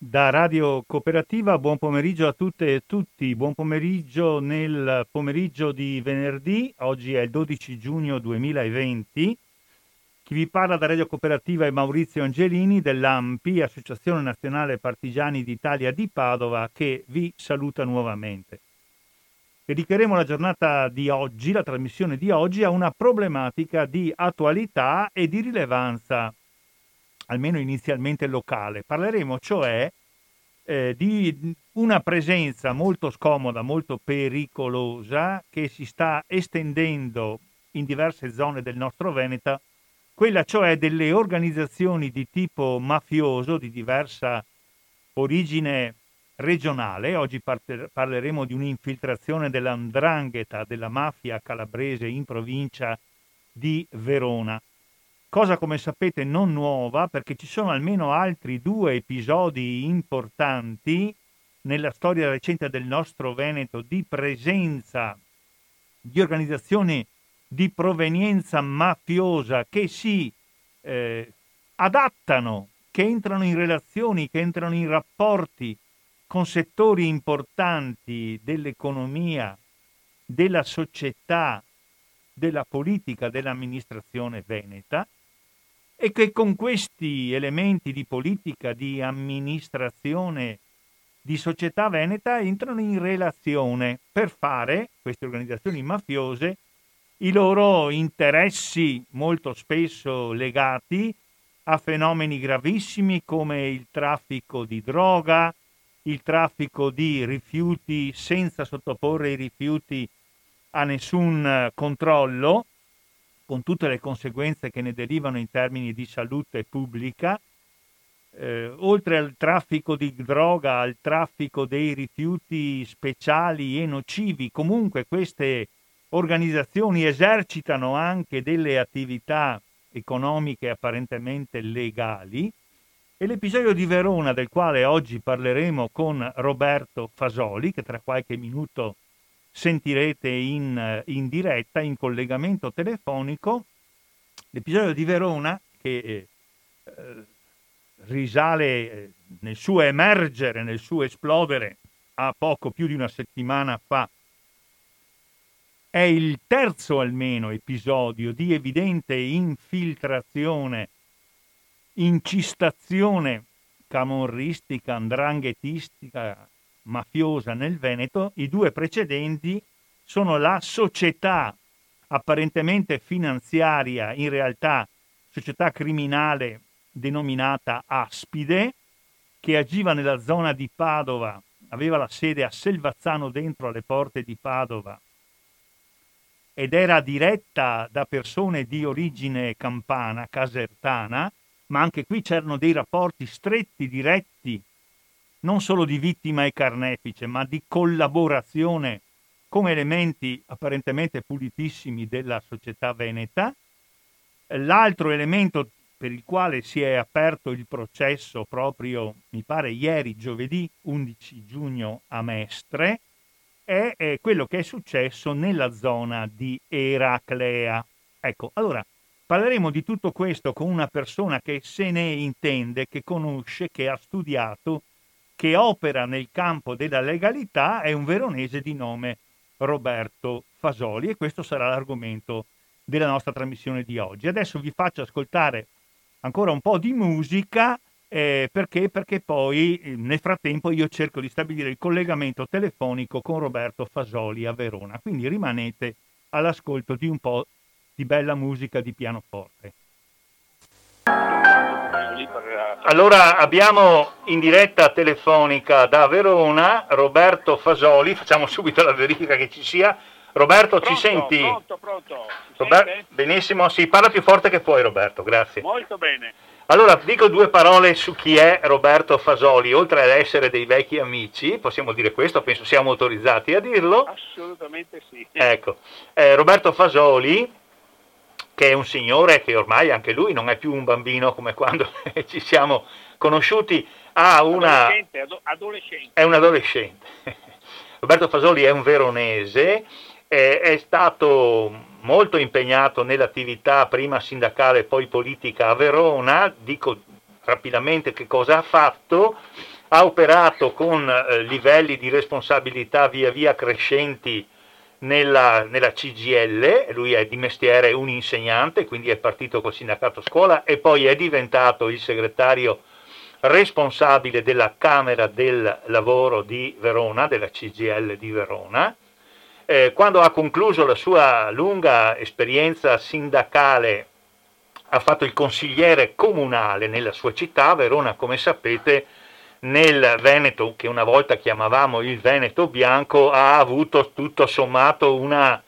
Da Radio Cooperativa, buon pomeriggio a tutte e tutti, buon pomeriggio nel pomeriggio di venerdì, oggi è il 12 giugno 2020. Chi vi parla da Radio Cooperativa è Maurizio Angelini dell'ANPI, Associazione Nazionale Partigiani d'Italia di Padova, che vi saluta nuovamente. Dedicheremo la giornata di oggi, la trasmissione di oggi, a una problematica di attualità e di rilevanza, almeno inizialmente locale. Parleremo cioè di una presenza molto scomoda, molto pericolosa, che si sta estendendo in diverse zone del nostro Veneto, quella cioè delle organizzazioni di tipo mafioso di diversa origine regionale. Oggi parleremo di un'infiltrazione dell''ndrangheta, della mafia calabrese in provincia di Verona. Cosa, come sapete, non nuova, perché ci sono almeno altri due episodi importanti nella storia recente del nostro Veneto di presenza di organizzazioni di provenienza mafiosa che si adattano, che entrano in relazioni, che entrano in rapporti con settori importanti dell'economia, della società, della politica, dell'amministrazione veneta, e che con questi elementi di politica, di amministrazione, di società veneta entrano in relazione per fare, queste organizzazioni mafiose, i loro interessi molto spesso legati a fenomeni gravissimi come il traffico di droga, il traffico di rifiuti senza sottoporre i rifiuti a nessun controllo, con tutte le conseguenze che ne derivano in termini di salute pubblica, oltre al traffico di droga, al traffico dei rifiuti speciali e nocivi. Comunque queste organizzazioni esercitano anche delle attività economiche apparentemente legali, e l'episodio di Verona, del quale oggi parleremo con Roberto Fasoli, che tra qualche minuto sentirete in diretta, in collegamento telefonico. L'episodio di Verona, che risale nel suo emergere, nel suo esplodere a poco più di una settimana fa, è il terzo almeno episodio di evidente infiltrazione, incistazione camorristica, 'ndranghetistica, mafiosa nel Veneto. I due precedenti sono la società apparentemente finanziaria, in realtà società criminale denominata Aspide, che agiva nella zona di Padova, aveva la sede a Selvazzano Dentro, alle porte di Padova, ed era diretta da persone di origine campana, casertana, ma anche qui c'erano dei rapporti stretti, diretti, non solo di vittima e carnefice, ma di collaborazione con elementi apparentemente pulitissimi della società veneta. L'altro elemento per il quale si è aperto il processo proprio, mi pare, ieri, giovedì 11 giugno a Mestre, è quello che è successo nella zona di Eraclea. Ecco, allora parleremo di tutto questo con una persona che se ne intende, che conosce, che ha studiato, che opera nel campo della legalità. È un veronese di nome Roberto Fasoli, e questo sarà l'argomento della nostra trasmissione di oggi. Adesso vi faccio ascoltare ancora un po' di musica, perché poi nel frattempo io cerco di stabilire il collegamento telefonico con Roberto Fasoli a Verona, quindi rimanete all'ascolto di un po' di bella musica di pianoforte. Allora abbiamo in diretta telefonica da Verona Roberto Fasoli. Facciamo subito la verifica che ci sia. Roberto, Pronto, ci senti? Pronto. Sente? Benissimo, sì, parla più forte che puoi, Roberto, grazie. Molto bene. Allora, dico due parole su chi è Roberto Fasoli. Oltre ad essere dei vecchi amici, possiamo dire questo, penso siamo autorizzati a dirlo. Assolutamente sì. Ecco, Roberto Fasoli, che è un signore che ormai anche lui non è più un bambino come quando ci siamo conosciuti, ha una... Adolescente. È un adolescente. Roberto Fasoli è un veronese, è stato molto impegnato nell'attività prima sindacale poi politica a Verona. Dico rapidamente che cosa ha fatto. ha operato con livelli di responsabilità via via crescenti nella CGIL, lui è di mestiere un insegnante, quindi è partito col sindacato scuola e poi è diventato il segretario responsabile della Camera del Lavoro di Verona, della CGIL di Verona. Quando ha concluso la sua lunga esperienza sindacale ha fatto il consigliere comunale nella sua città. Verona, come sapete, nel Veneto, che una volta chiamavamo il Veneto bianco, ha avuto tutto sommato una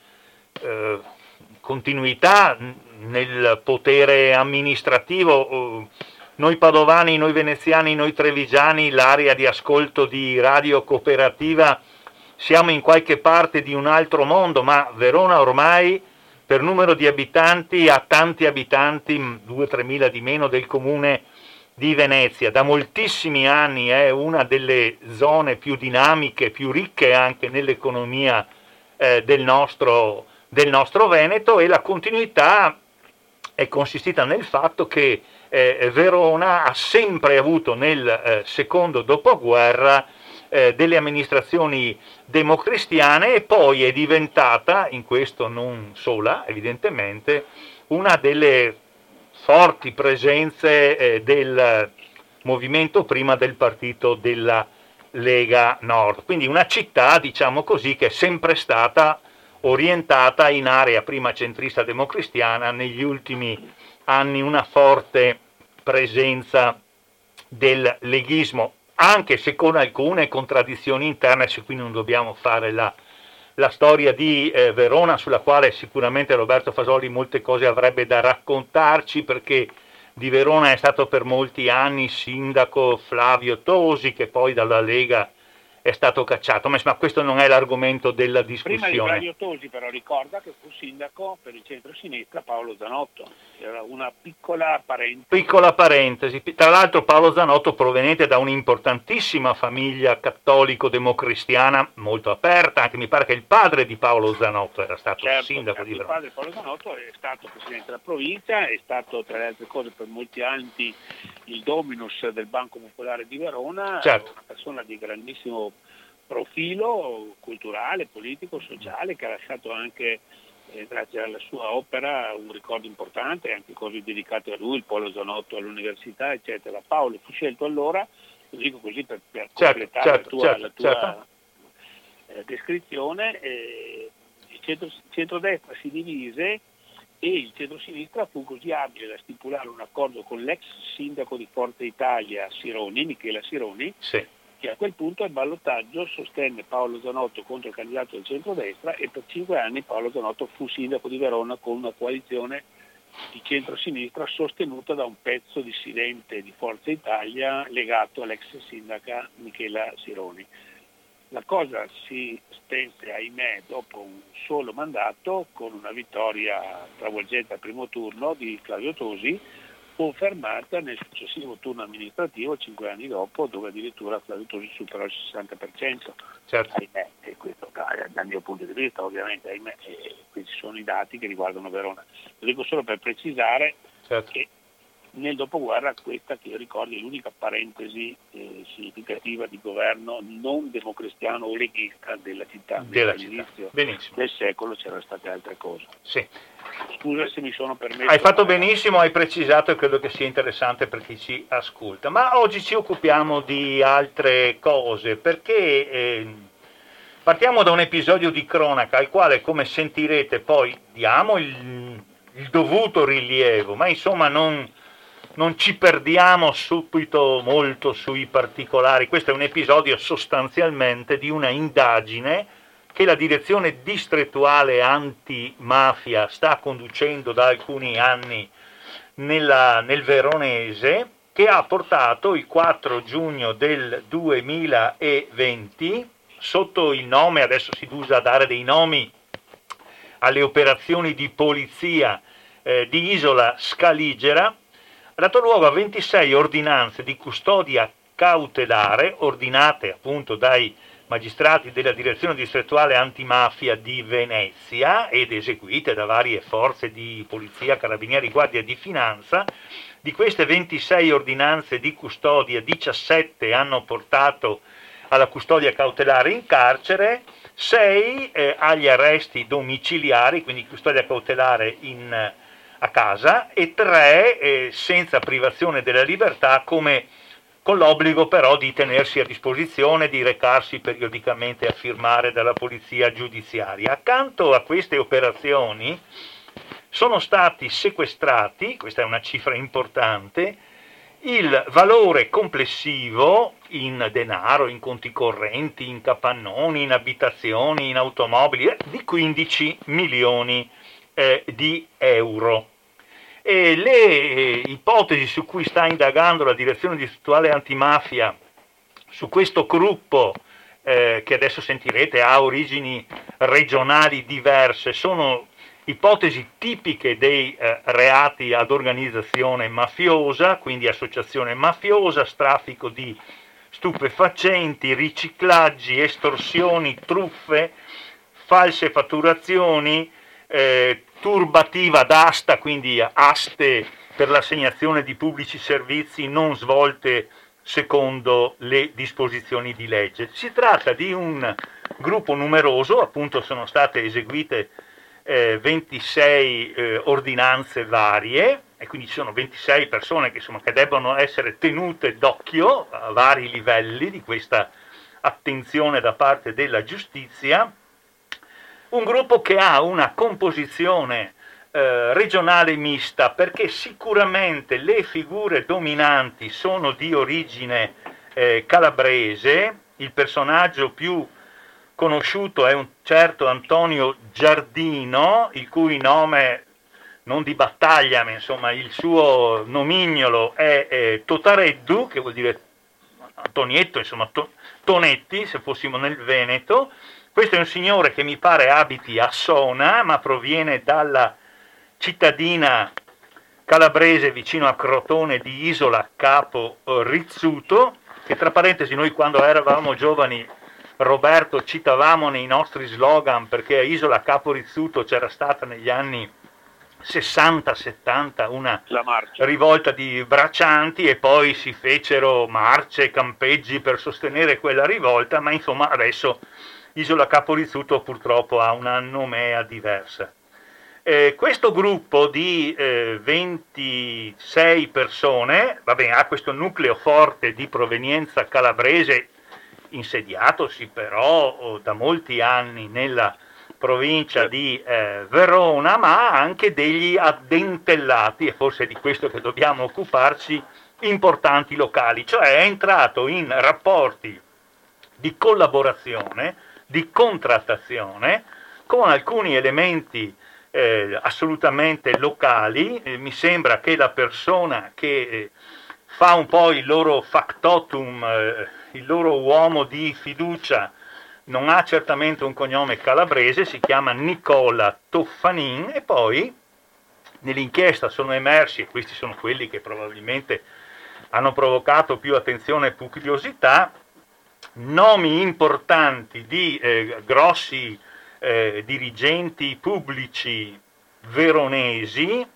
continuità nel potere amministrativo. Noi padovani, noi veneziani, noi trevigiani, l'area di ascolto di Radio Cooperativa, siamo in qualche parte di un altro mondo, ma Verona ormai per numero di abitanti ha tanti abitanti, 2-3 mila di meno del comune di Venezia. Da moltissimi anni è una delle zone più dinamiche, più ricche anche nell'economia del nostro Veneto, e la continuità è consistita nel fatto che Verona ha sempre avuto nel secondo dopoguerra delle amministrazioni democristiane, e poi è diventata, in questo non sola evidentemente, una delle forti presenze del movimento prima del partito della Lega Nord. Quindi una città, diciamo così, che è sempre stata orientata in area prima centrista democristiana, negli ultimi anni una forte presenza del leghismo, anche se con alcune contraddizioni interne, se qui non dobbiamo fare la storia di Verona, sulla quale sicuramente Roberto Fasoli molte cose avrebbe da raccontarci, perché di Verona è stato per molti anni sindaco Flavio Tosi, che poi dalla Lega è stato cacciato, ma questo non è l'argomento della discussione. Prima di Flavio Tosi però ricorda che fu sindaco per il centro-sinistra Paolo Zanotto, era una piccola parentesi. Piccola parentesi, tra l'altro Paolo Zanotto proveniente da un'importantissima famiglia cattolico-democristiana molto aperta, anche mi pare che il padre di Paolo Zanotto era stato sindaco di Verona. Il padre di Paolo Zanotto è stato presidente della provincia, è stato tra le altre cose per molti anni il dominus del Banco Popolare di Verona, certo. Una persona di grandissimo profilo culturale, politico, sociale, che ha lasciato anche, grazie alla sua opera, un ricordo importante, anche cose dedicate a lui, il Polo Zanotto all'università, eccetera. Paolo fu scelto allora, lo dico così per completare la tua descrizione, il centrodestra si divise e il centrosinistra fu così abile da stipulare un accordo con l'ex sindaco di Forza Italia Sironi, Michela Sironi, sì, che a quel punto al ballottaggio sostenne Paolo Zanotto contro il candidato del centrodestra, e per 5 anni Paolo Zanotto fu sindaco di Verona con una coalizione di centrosinistra sostenuta da un pezzo dissidente di Forza Italia legato all'ex sindaca Michela Sironi. La cosa si spense, ahimè, dopo un solo mandato, con una vittoria travolgente al primo turno di Flavio Tosi, confermata nel successivo turno amministrativo 5 anni dopo, dove addirittura Flavio Tosi superò il 60%. Certo. Ahimè, e questo dal mio punto di vista, ovviamente, ahimè, questi sono i dati che riguardano Verona. Lo dico solo per precisare, certo, che nel dopoguerra questa, che io ricordi, è l'unica parentesi significativa di governo non democristiano o leghista della città. All'inizio del secolo c'erano state altre cose. Sì. Scusa se mi sono permesso. Hai fatto benissimo, hai precisato, e credo che sia interessante per chi ci ascolta. Ma oggi ci occupiamo di altre cose, perché partiamo da un episodio di cronaca al quale, come sentirete, poi diamo il dovuto rilievo, ma insomma non ci perdiamo subito molto sui particolari. Questo è un episodio sostanzialmente di una indagine che la direzione distrettuale antimafia sta conducendo da alcuni anni nel Veronese, che ha portato il 4 giugno del 2020, sotto il nome, adesso si usa dare dei nomi alle operazioni di polizia di Isola Scaligera, ha dato luogo a 26 ordinanze di custodia cautelare ordinate appunto dai magistrati della Direzione Distrettuale Antimafia di Venezia ed eseguite da varie forze di polizia, carabinieri, guardia di finanza. Di queste 26 ordinanze di custodia, 17 hanno portato alla custodia cautelare in carcere, 6 agli arresti domiciliari, quindi custodia cautelare a casa, e 3 senza privazione della libertà, con l'obbligo però di tenersi a disposizione, di recarsi periodicamente a firmare dalla polizia giudiziaria. Accanto a queste operazioni sono stati sequestrati, questa è una cifra importante, il valore complessivo in denaro, in conti correnti, in capannoni, in abitazioni, in automobili, di 15 milioni di euro. E le ipotesi su cui sta indagando la Direzione Distrettuale Antimafia su questo gruppo, che adesso sentirete ha origini regionali diverse, sono ipotesi tipiche dei reati ad organizzazione mafiosa, quindi associazione mafiosa, traffico di stupefacenti, riciclaggi, estorsioni, truffe, false fatturazioni, turbativa d'asta, quindi aste per l'assegnazione di pubblici servizi non svolte secondo le disposizioni di legge. Si tratta di un gruppo numeroso, appunto sono state eseguite 26 ordinanze varie, e quindi ci sono 26 persone che debbono essere tenute d'occhio a vari livelli di questa attenzione da parte della giustizia. Un gruppo che ha una composizione regionale mista, perché sicuramente le figure dominanti sono di origine calabrese. Il personaggio più conosciuto è un certo Antonio Giardino, il cui nome non di battaglia, ma insomma il suo nomignolo è Totareddu, che vuol dire Antonietto, insomma Tonetti, se fossimo nel Veneto. Questo è un signore che mi pare abiti a Sona, ma proviene dalla cittadina calabrese vicino a Crotone di Isola Capo Rizzuto, che tra parentesi noi quando eravamo giovani, Roberto, citavamo nei nostri slogan, perché a Isola Capo Rizzuto c'era stata negli anni 60-70 una rivolta di braccianti e poi si fecero marce, campeggi per sostenere quella rivolta, ma insomma adesso Isola Capo Rizzuto purtroppo ha una nomea diversa. Questo gruppo di 26 persone, ha questo nucleo forte di provenienza calabrese, insediatosi però da molti anni nella provincia di Verona, ma anche degli addentellati, e forse è di questo che dobbiamo occuparci, importanti locali, cioè è entrato in rapporti di collaborazione, di contrattazione con alcuni elementi assolutamente locali. Mi sembra che la persona che fa un po' il loro factotum, il loro uomo di fiducia, non ha certamente un cognome calabrese, si chiama Nicola Toffanin, e poi nell'inchiesta sono emersi, e questi sono quelli che probabilmente hanno provocato più attenzione e curiosità, nomi importanti di grossi dirigenti pubblici veronesi,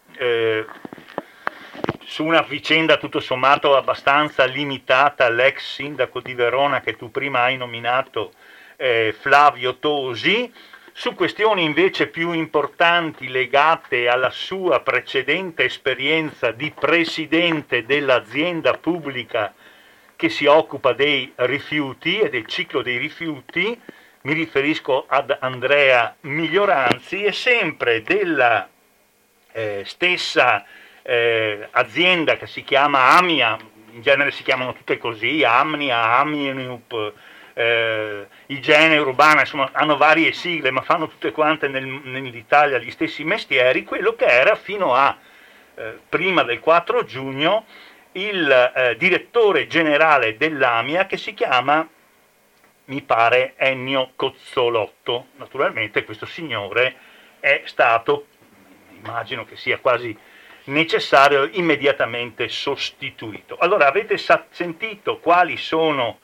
su una vicenda tutto sommato abbastanza limitata, l'ex sindaco di Verona che tu prima hai nominato, Flavio Tosi, su questioni invece più importanti legate alla sua precedente esperienza di presidente dell'azienda pubblica che si occupa dei rifiuti e del ciclo dei rifiuti. Mi riferisco ad Andrea Miglioranzi, e sempre della stessa azienda che si chiama Amia, in genere si chiamano tutte così, Amnia, Amniup, Igiene Urbana, insomma hanno varie sigle ma fanno tutte quante nell'Italia gli stessi mestieri, quello che era fino a prima del 4 giugno il direttore generale dell'Amia, che si chiama, mi pare, Ennio Cozzolotto. Naturalmente questo signore è stato, immagino che sia quasi necessario, immediatamente sostituito. Allora avete sentito quali sono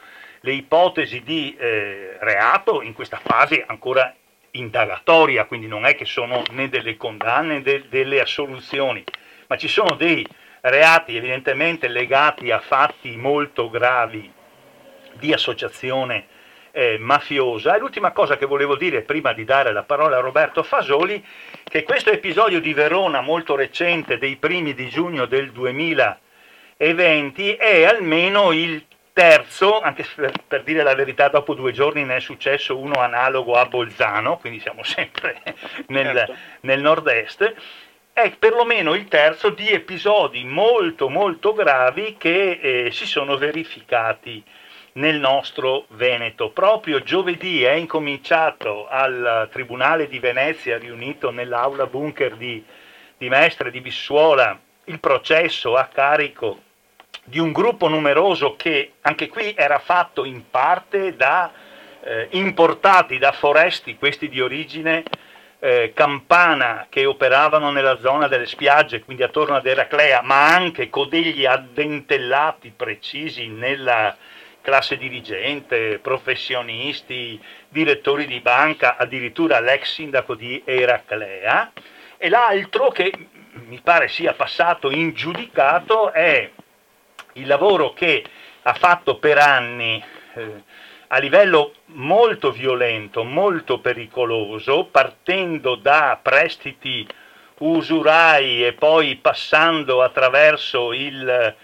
le ipotesi di reato in questa fase ancora indagatoria, quindi non è che sono né delle condanne né delle assoluzioni, ma ci sono dei reati evidentemente legati a fatti molto gravi di associazione mafiosa. E l'ultima cosa che volevo dire prima di dare la parola a Roberto Fasoli, che questo episodio di Verona molto recente dei primi di giugno del 2020 è almeno il terzo, anche per dire la verità, dopo 2 giorni ne è successo uno analogo a Bolzano, quindi siamo sempre nel nord-est, è perlomeno il terzo di episodi molto molto gravi che si sono verificati nel nostro Veneto. Proprio giovedì è incominciato al Tribunale di Venezia, riunito nell'aula bunker di Mestre di Bissuola, il processo a carico di un gruppo numeroso che anche qui era fatto in parte da importati da foresti, questi di origine campana, che operavano nella zona delle spiagge, quindi attorno ad Eraclea, ma anche con degli addentellati precisi nella classe dirigente, professionisti, direttori di banca, addirittura l'ex sindaco di Eraclea. E l'altro che mi pare sia passato in giudicato è il lavoro che ha fatto per anni a livello molto violento, molto pericoloso, partendo da prestiti usurai e poi passando attraverso il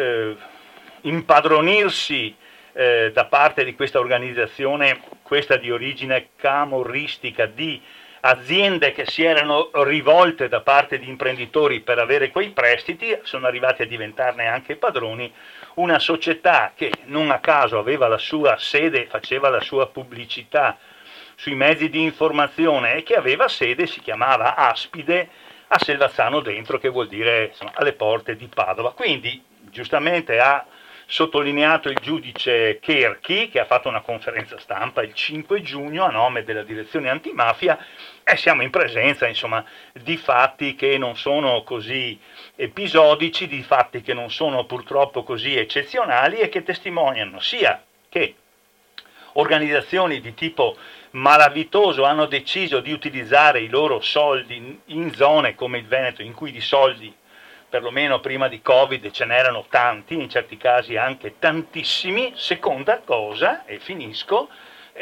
impadronirsi da parte di questa organizzazione, questa di origine camorristica, di aziende che si erano rivolte da parte di imprenditori per avere quei prestiti, sono arrivati a diventarne anche padroni, una società che non a caso aveva la sua sede, faceva la sua pubblicità sui mezzi di informazione e che aveva sede, si chiamava Aspide, a Selvazzano Dentro, che vuol dire insomma, alle porte di Padova. Quindi giustamente ha sottolineato il giudice Cherchi, che ha fatto una conferenza stampa il 5 giugno a nome della direzione antimafia, e siamo in presenza insomma di fatti che non sono così episodici, di fatti che non sono purtroppo così eccezionali e che testimoniano sia che organizzazioni di tipo malavitoso hanno deciso di utilizzare i loro soldi in zone come il Veneto, in cui di soldi perlomeno prima di Covid ce n'erano tanti, in certi casi anche tantissimi. Seconda cosa, e finisco,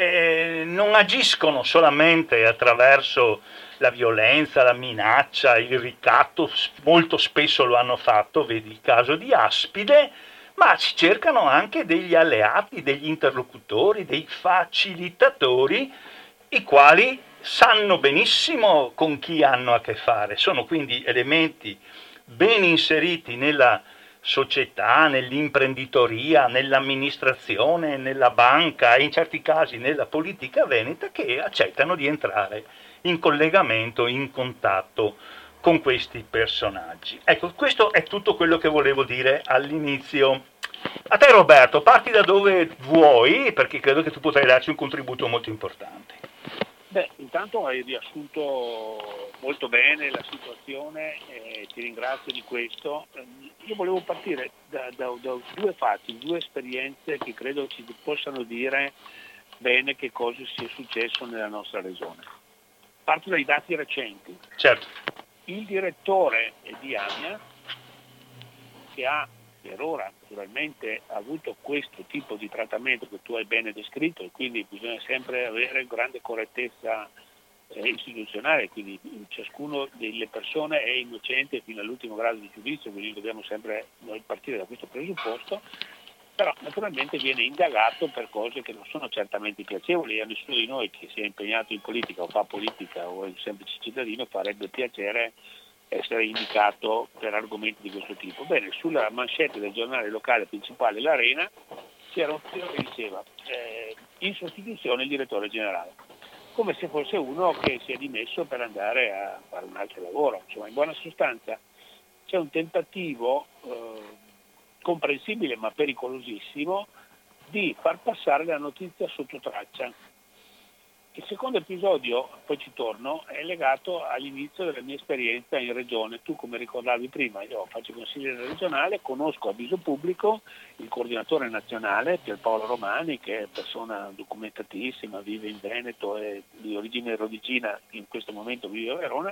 non agiscono solamente attraverso la violenza, la minaccia, il ricatto, molto spesso lo hanno fatto, vedi il caso di Aspide, ma si cercano anche degli alleati, degli interlocutori, dei facilitatori, i quali sanno benissimo con chi hanno a che fare. Sono quindi elementi ben inseriti nella società, nell'imprenditoria, nell'amministrazione, nella banca e in certi casi nella politica veneta, che accettano di entrare in collegamento, in contatto con questi personaggi. Ecco, questo è tutto quello che volevo dire all'inizio. A te Roberto, parti da dove vuoi, perché credo che tu potrai darci un contributo molto importante. Beh, intanto hai riassunto molto bene la situazione e ti ringrazio di questo. Io volevo partire da due fatti, due esperienze che credo ci possano dire bene che cosa sia successo nella nostra regione. Parto dai dati recenti. Certo. Il direttore di AMIA, che ha per ora naturalmente avuto questo tipo di trattamento che tu hai bene descritto, e quindi bisogna sempre avere grande correttezza istituzionale, quindi ciascuno delle persone è innocente fino all'ultimo grado di giudizio, quindi dobbiamo sempre noi partire da questo presupposto, però naturalmente viene indagato per cose che non sono certamente piacevoli, e a nessuno di noi che sia impegnato in politica o fa politica o è un semplice cittadino farebbe piacere essere indicato per argomenti di questo tipo. Bene, sulla manchette del giornale locale principale L'Arena c'era un titolo che diceva in sostituzione il direttore generale, come se fosse uno che si è dimesso per andare a fare un altro lavoro. Insomma, in buona sostanza c'è un tentativo comprensibile ma pericolosissimo di far passare la notizia sotto traccia, Il secondo episodio, poi ci torno, è legato all'inizio della mia esperienza in regione. Tu, come ricordavi prima, io faccio consigliere regionale, conosco a viso pubblico il coordinatore nazionale Pierpaolo Romani, che è persona documentatissima, vive in Veneto e di origine rodicina, in questo momento vive a Verona,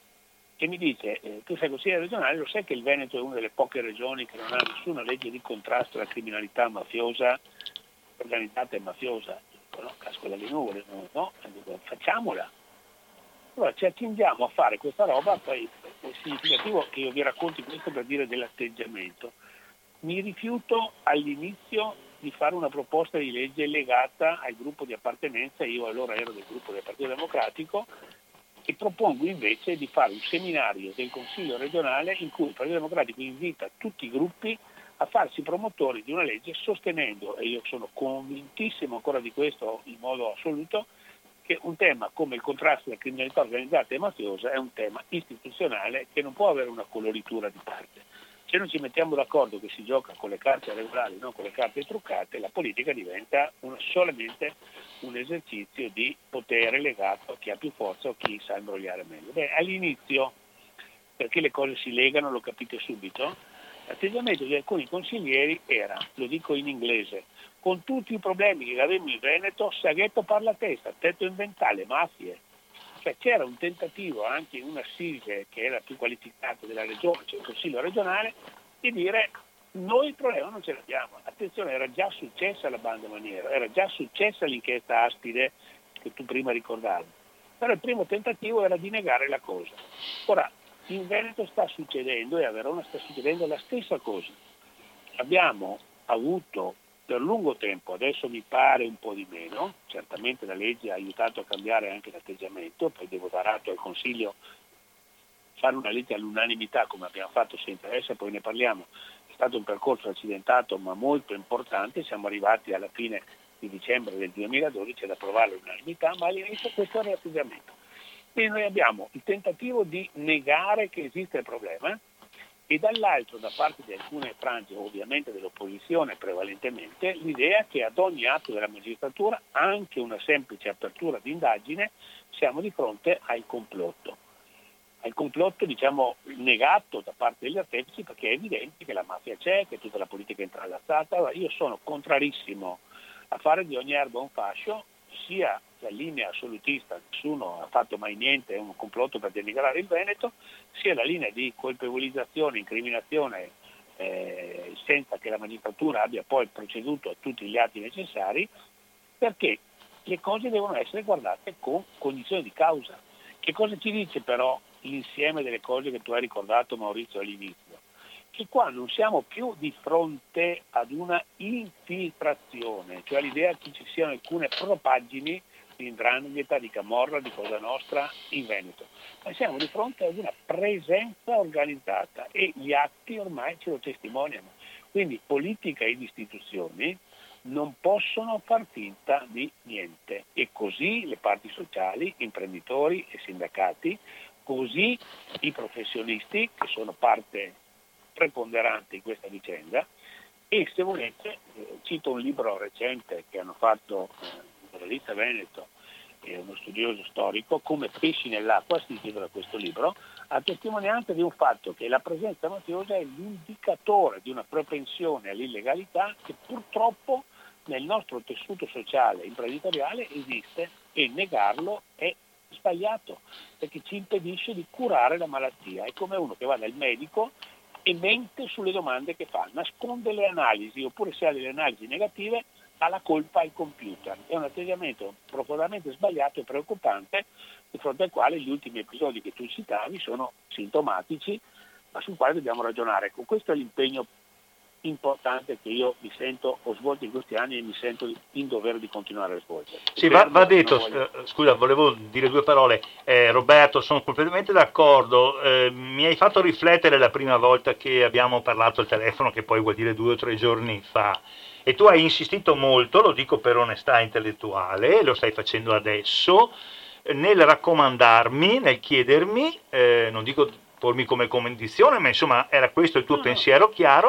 che mi dice, tu sei consigliere regionale, lo sai che il Veneto è una delle poche regioni che non ha nessuna legge di contrasto alla criminalità mafiosa, organizzata e mafiosa? No, casco dalle nuvole, no, dico, facciamola. Allora ci accingiamo a fare questa roba, poi è significativo che io vi racconti questo per dire dell'atteggiamento. Mi rifiuto all'inizio di fare una proposta di legge legata al gruppo di appartenenza, io allora ero del gruppo del Partito Democratico, e propongo invece di fare un seminario del Consiglio regionale in cui il Partito Democratico invita tutti i gruppi a farsi promotori di una legge sostenendo, e io sono convintissimo ancora di questo in modo assoluto, che un tema come il contrasto alla criminalità organizzata e mafiosa è un tema istituzionale che non può avere una coloritura di parte. Se non ci mettiamo d'accordo che si gioca con le carte regolari, non con le carte truccate, la politica diventa solamente un esercizio di potere legato a chi ha più forza o chi sa imbrogliare meglio. All'inizio, perché le cose si legano, lo capite subito, l'atteggiamento di alcuni consiglieri era, lo dico in inglese, con tutti i problemi che avevamo in Veneto, Saghetto parla a testa, tetto inventale, mafie. Cioè c'era un tentativo anche in una assise che era più qualificata della regione, cioè il Consiglio regionale, di dire noi il problema non ce l'abbiamo. Attenzione, era già successa la banda maniera, era già successa l'inchiesta Aspide che tu prima ricordavi. Però il primo tentativo era di negare la cosa. Ora, in Veneto sta succedendo e a Verona sta succedendo la stessa cosa. Abbiamo avuto per lungo tempo, adesso mi pare un po' di meno, certamente la legge ha aiutato a cambiare anche l'atteggiamento, poi devo dar atto al Consiglio fare una legge all'unanimità come abbiamo fatto se interessa, poi ne parliamo, è stato un percorso accidentato ma molto importante, siamo arrivati alla fine di dicembre del 2012 ad approvare all'unanimità, ma all'inizio questo era l'atteggiamento. Quindi noi abbiamo il tentativo di negare che esiste il problema, e dall'altro, da parte di alcune frange, ovviamente dell'opposizione prevalentemente, l'idea che ad ogni atto della magistratura, anche una semplice apertura di indagine, siamo di fronte al complotto. Al complotto, diciamo, negato da parte degli artefici, perché è evidente che la mafia c'è, che tutta la politica è intrallazzata. Allora, io sono contrarissimo a fare di ogni erba un fascio, sia la linea assolutista, nessuno ha fatto mai niente, è un complotto per denigrare il Veneto, sia la linea di colpevolizzazione, incriminazione, senza che la magistratura abbia poi proceduto a tutti gli atti necessari, perché le cose devono essere guardate con cognizione di causa. Che cosa ci dice però l'insieme delle cose che tu hai ricordato, Maurizio, all'inizio? Che qua non siamo più di fronte ad una infiltrazione, cioè l'idea che ci siano alcune propaggini di 'ndrangheta, di Camorra, di Cosa Nostra in Veneto, ma siamo di fronte ad una presenza organizzata e gli atti ormai ce lo testimoniano. Quindi politica ed istituzioni non possono far finta di niente, e così le parti sociali, imprenditori e sindacati, così i professionisti che sono parte preponderante in questa vicenda. E se volete, cito un libro recente che hanno fatto un giornalista veneto e uno studioso storico, Come pesci nell'acqua, si intitola questo libro, a testimonianza di un fatto che la presenza mafiosa è l'indicatore di una propensione all'illegalità che purtroppo nel nostro tessuto sociale e imprenditoriale esiste, e negarlo è sbagliato, perché ci impedisce di curare la malattia. È come uno che va dal medico e mente sulle domande che fa, nasconde le analisi, oppure se ha delle analisi negative ha la colpa al computer. È un atteggiamento profondamente sbagliato e preoccupante, di fronte al quale gli ultimi episodi che tu citavi sono sintomatici, ma sul quale dobbiamo ragionare. Ecco, questo è l'impegno importante che io mi sento, ho svolto in questi anni e mi sento in dovere di continuare a svolgere. Sì, va detto, scusa, volevo dire due parole. Roberto, sono completamente d'accordo. Mi hai fatto riflettere la prima volta che abbiamo parlato al telefono, che poi vuol dire 2 o 3 giorni fa, e tu hai insistito molto, lo dico per onestà intellettuale, lo stai facendo adesso, nel raccomandarmi, nel chiedermi, non dico pormi come condizione, ma insomma era questo il tuo pensiero chiaro,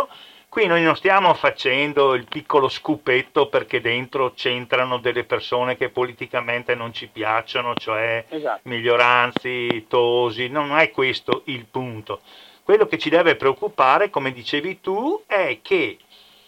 Qui noi non stiamo facendo il piccolo scupetto perché dentro c'entrano delle persone che politicamente non ci piacciono, cioè Esatto. Miglioranzi, Tosi, non è questo il punto. Quello che ci deve preoccupare, come dicevi tu, è che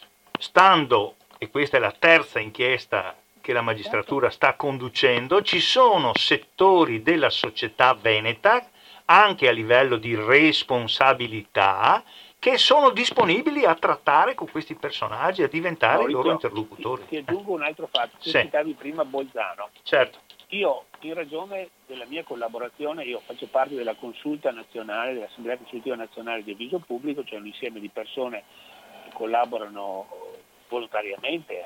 stando, e questa è la terza inchiesta che la magistratura sta conducendo, ci sono settori della società veneta, anche a livello di responsabilità, che sono disponibili a trattare con questi personaggi, a diventare i loro Maurizio, interlocutori. ti aggiungo un altro fatto. Tu Sì, citavi prima Bolzano. certo. Io, in ragione della mia collaborazione, io faccio parte della consulta nazionale, dell'Assemblea Consultiva Nazionale di Avviso Pubblico, cioè un insieme di persone che collaborano volontariamente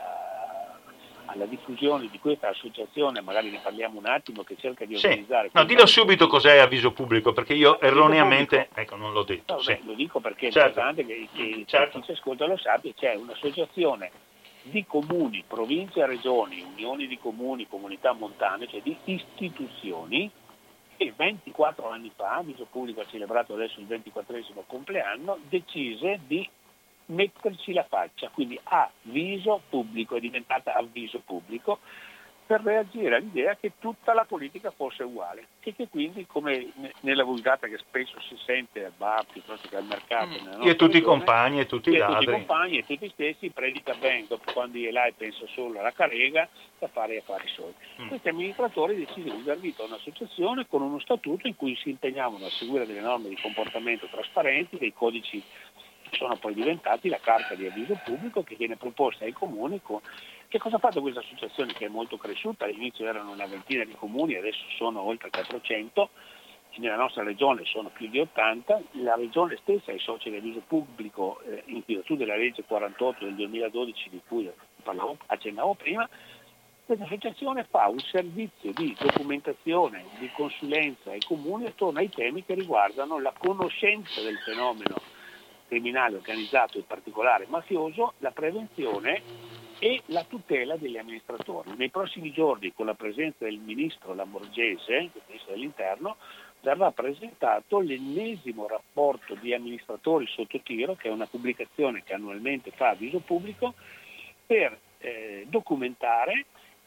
alla diffusione di questa associazione, magari ne parliamo un attimo, che cerca di Sì. organizzare... No, dillo subito cos'è Avviso Pubblico, perché io erroneamente, ecco, non l'ho detto. No, Sì. lo dico perché è Certo. importante che Certo. chi ci ascolta lo sappia. C'è un'associazione di comuni, province e regioni, unioni di comuni, comunità montane, cioè di istituzioni, che 24 anni fa, Avviso Pubblico ha celebrato adesso il 24esimo compleanno, decise di metterci la faccia, quindi Avviso Pubblico, è diventata Avviso Pubblico, per reagire all'idea che tutta la politica fosse uguale e che quindi, come nella vulgata che spesso si sente al bar piuttosto che al mercato, Io e tutti i compagni e tutti i ladri. tutti i compagni e tutti stessi, predica ben, dopo quando è là e pensa solo alla carrega, da fare affari suoi. Questi amministratori decisero di dar vita a un'associazione con uno statuto in cui si impegnavano a seguire delle norme di comportamento trasparenti, dei codici che sono poi diventati la carta di avviso pubblico che viene proposta ai comuni. Che cosa ha fatto questa associazione, che è molto cresciuta? All'inizio erano una ventina di comuni, adesso sono oltre 400, nella nostra regione sono più di 80, la regione stessa è socia di avviso pubblico in virtù della legge 48 del 2012 di cui accennavo prima. Questa associazione fa un servizio di documentazione, di consulenza ai comuni attorno ai temi che riguardano la conoscenza del fenomeno criminale organizzato, in particolare mafioso, la prevenzione e la tutela degli amministratori. Nei prossimi giorni, con la presenza del ministro Lamorgese, il ministro dell'Interno, verrà presentato l'ennesimo rapporto di amministratori sotto tiro, che è una pubblicazione che annualmente fa Avviso Pubblico, per documentare,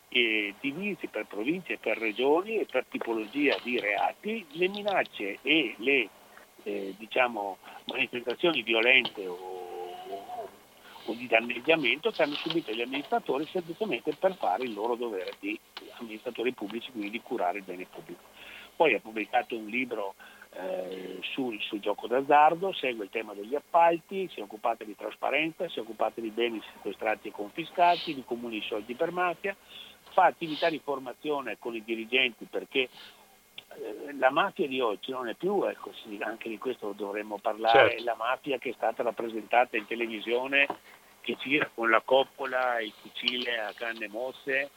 divisi per province e per regioni e per tipologia di reati, le minacce e le manifestazioni violente o di danneggiamento che hanno subito gli amministratori semplicemente per fare il loro dovere di amministratori pubblici, quindi di curare il bene pubblico. Poi ha pubblicato un libro sul gioco d'azzardo, segue il tema degli appalti, si è occupata di trasparenza, si è occupata di beni sequestrati e confiscati, di comuni soldi per mafia, fa attività di formazione con i dirigenti perché la mafia di oggi non è più, anche di questo dovremmo parlare, certo. La mafia che è stata rappresentata in televisione, che gira con la coppola, il fucile a canne mosse,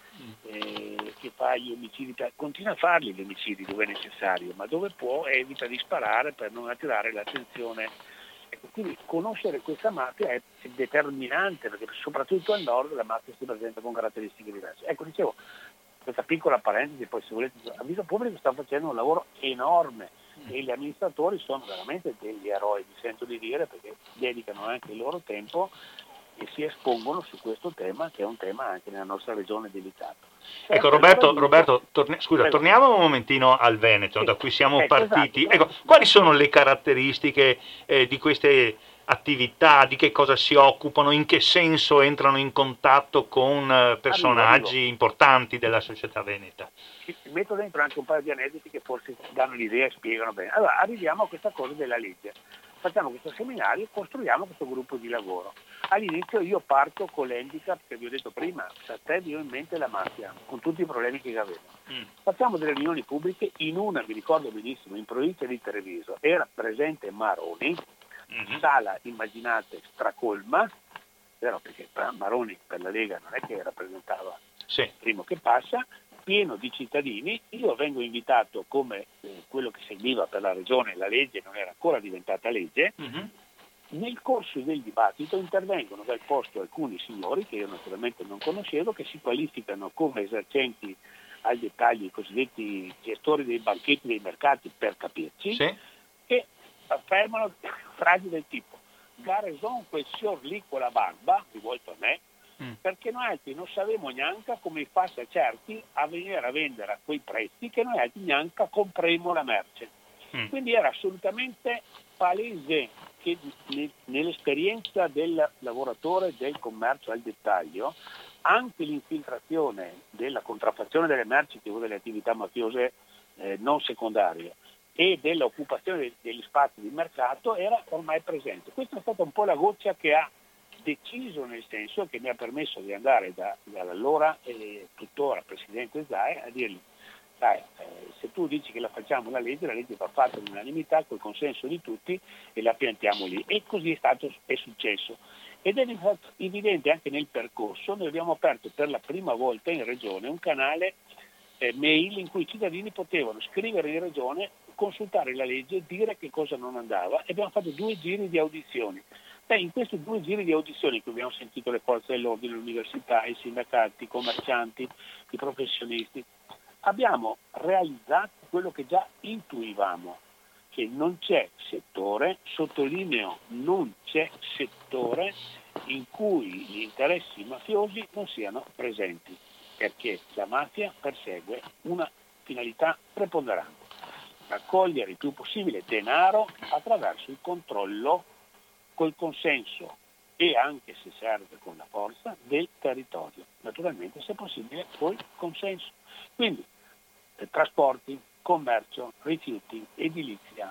che fa gli omicidi, continua a farli gli omicidi dove è necessario, ma dove può evita di sparare per non attirare l'attenzione. Quindi conoscere questa mafia è determinante, perché soprattutto al nord la mafia si presenta con caratteristiche diverse. Ecco, dicevo, questa piccola parentesi, poi se volete, Avviso Pubblico sta facendo un lavoro enorme e gli amministratori sono veramente degli eroi, mi sento di dire, perché dedicano anche il loro tempo e si espongono su questo tema, che è un tema anche nella nostra regione delicato. Ecco, Roberto, torniamo un momentino al Veneto, da cui siamo partiti. Esatto. Ecco, quali sono le caratteristiche di queste attività, di che cosa si occupano, in che senso entrano in contatto con personaggi importanti della società veneta? Metto dentro anche un paio di aneddoti che forse danno l'idea e spiegano bene. Allora, arriviamo a questa cosa della legge. Facciamo questo seminario e costruiamo questo gruppo di lavoro. All'inizio io parto con l'handicap che vi ho detto prima, io in mente la mafia, con tutti i problemi che aveva. Facciamo delle riunioni pubbliche, in una, mi ricordo benissimo, in provincia di Treviso, era presente Maroni, sala, immaginate, stracolma, vero, perché Maroni per la Lega non è che rappresentava il primo che passa, pieno di cittadini. Io vengo invitato come quello che seguiva per la regione, la legge non era ancora diventata legge. Nel corso del dibattito intervengono dal posto alcuni signori che io naturalmente non conoscevo, che si qualificano come esercenti al dettaglio, i cosiddetti gestori dei banchetti dei mercati, per capirci, e affermano frasi del tipo: la ragione quel signor lì con la barba, rivolto a me, perché noi altri non sapevamo neanche come faccia certi a venire a vendere a quei prezzi che noi altri neanche compremo la merce. Quindi era assolutamente palese che nell'esperienza del lavoratore del commercio al dettaglio anche l'infiltrazione della contraffazione delle merci, che è una delle attività mafiose non secondarie, e dell'occupazione degli spazi di mercato era ormai presente. Questa è stata un po' la goccia che ha deciso, nel senso che mi ha permesso di andare dall'allora e tuttora Presidente Zaia a dirgli: se tu dici che la facciamo la legge va fatta all'unanimità col consenso di tutti e la piantiamo lì. E così è successo. Ed è evidente anche nel percorso. Noi abbiamo aperto per la prima volta in regione un canale mail in cui i cittadini potevano scrivere in regione, consultare la legge, dire che cosa non andava, e abbiamo fatto 2 giri di audizioni. In questi 2 giri di audizioni che abbiamo sentito le forze dell'ordine, l'università, i sindacati, i commercianti, i professionisti, abbiamo realizzato quello che già intuivamo, che non c'è settore, sottolineo non c'è settore in cui gli interessi mafiosi non siano presenti, perché la mafia persegue una finalità preponderante: raccogliere il più possibile denaro attraverso il controllo, col consenso e anche, se serve, con la forza del territorio. Naturalmente, se possibile, col consenso. Quindi trasporti, commercio, rifiuti, edilizia,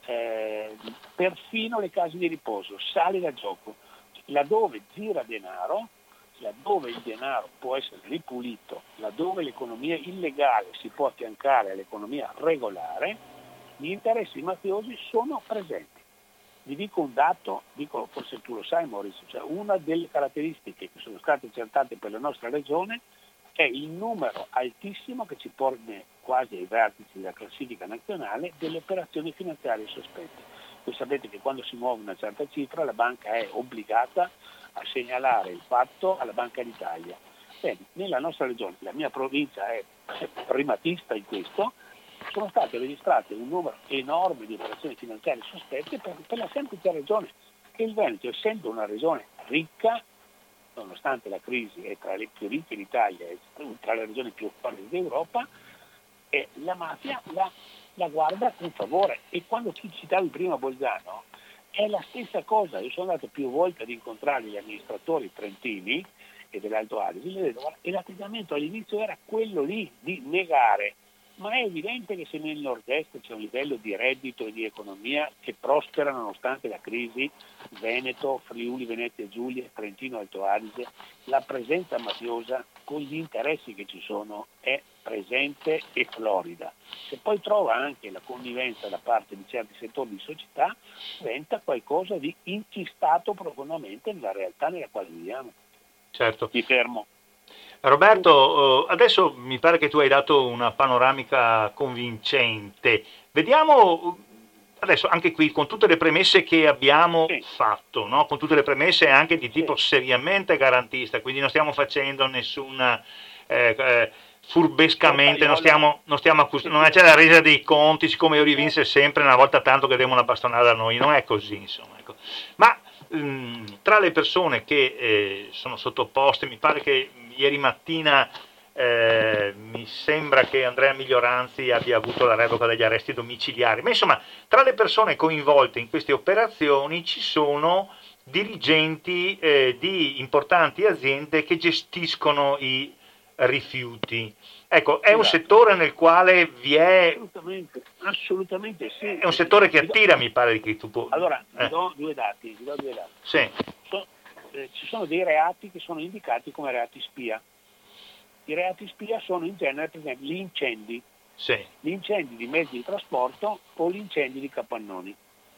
perfino le case di riposo, sale da gioco, laddove gira denaro, laddove il denaro può essere ripulito, laddove l'economia illegale si può affiancare all'economia regolare, gli interessi mafiosi sono presenti. Vi dico un dato, forse tu lo sai Maurizio, cioè una delle caratteristiche che sono state accertate per la nostra regione è il numero altissimo, che ci pone quasi ai vertici della classifica nazionale, delle operazioni finanziarie sospette. Voi sapete che quando si muove una certa cifra la banca è obbligata a segnalare il fatto alla Banca d'Italia. Bene, nella nostra regione, la mia provincia è primatista in questo, sono state registrate un numero enorme di operazioni finanziarie sospette per la semplice ragione che il Veneto, essendo una regione ricca, nonostante la crisi è tra le più ricche d'Italia e tra le regioni più forti d'Europa, la mafia la guarda con favore. E quando tu citavi prima Bolzano, è la stessa cosa. Io sono andato più volte ad incontrare gli amministratori trentini e dell'Alto Adige, e l'atteggiamento all'inizio era quello lì, di negare. Ma è evidente che se nel nord-est c'è un livello di reddito e di economia che prospera nonostante la crisi, Veneto, Friuli, Venezia Giulia, Trentino, Alto Adige, la presenza mafiosa con gli interessi che ci sono è presente e florida. Se poi trova anche la connivenza da parte di certi settori di società, diventa qualcosa di incistato profondamente nella realtà nella quale viviamo. Certo. Mi fermo. Roberto, adesso mi pare che tu hai dato una panoramica convincente. Vediamo adesso anche qui con tutte le premesse che abbiamo fatto, no? Con tutte le premesse anche di tipo seriamente garantista, quindi non stiamo facendo nessuna furbescamente, non c'è la resa dei conti, siccome io rivinse sempre una volta tanto che devono una bastonata da noi, non è così, insomma. Ecco. Ma tra le persone che sono sottoposte, mi pare che ieri mattina mi sembra che Andrea Miglioranzi abbia avuto la revoca degli arresti domiciliari, ma insomma tra le persone coinvolte in queste operazioni ci sono dirigenti di importanti aziende che gestiscono i rifiuti. Ecco, è un settore nel quale vi è... Assolutamente sì. È un settore che attira, mi pare che tu puoi... Allora, vi do due dati. Sì. Ci sono dei reati che sono indicati come reati spia. I reati spia sono in genere, per esempio, gli incendi. Sì. Gli incendi di mezzi di trasporto o gli incendi di capannoni.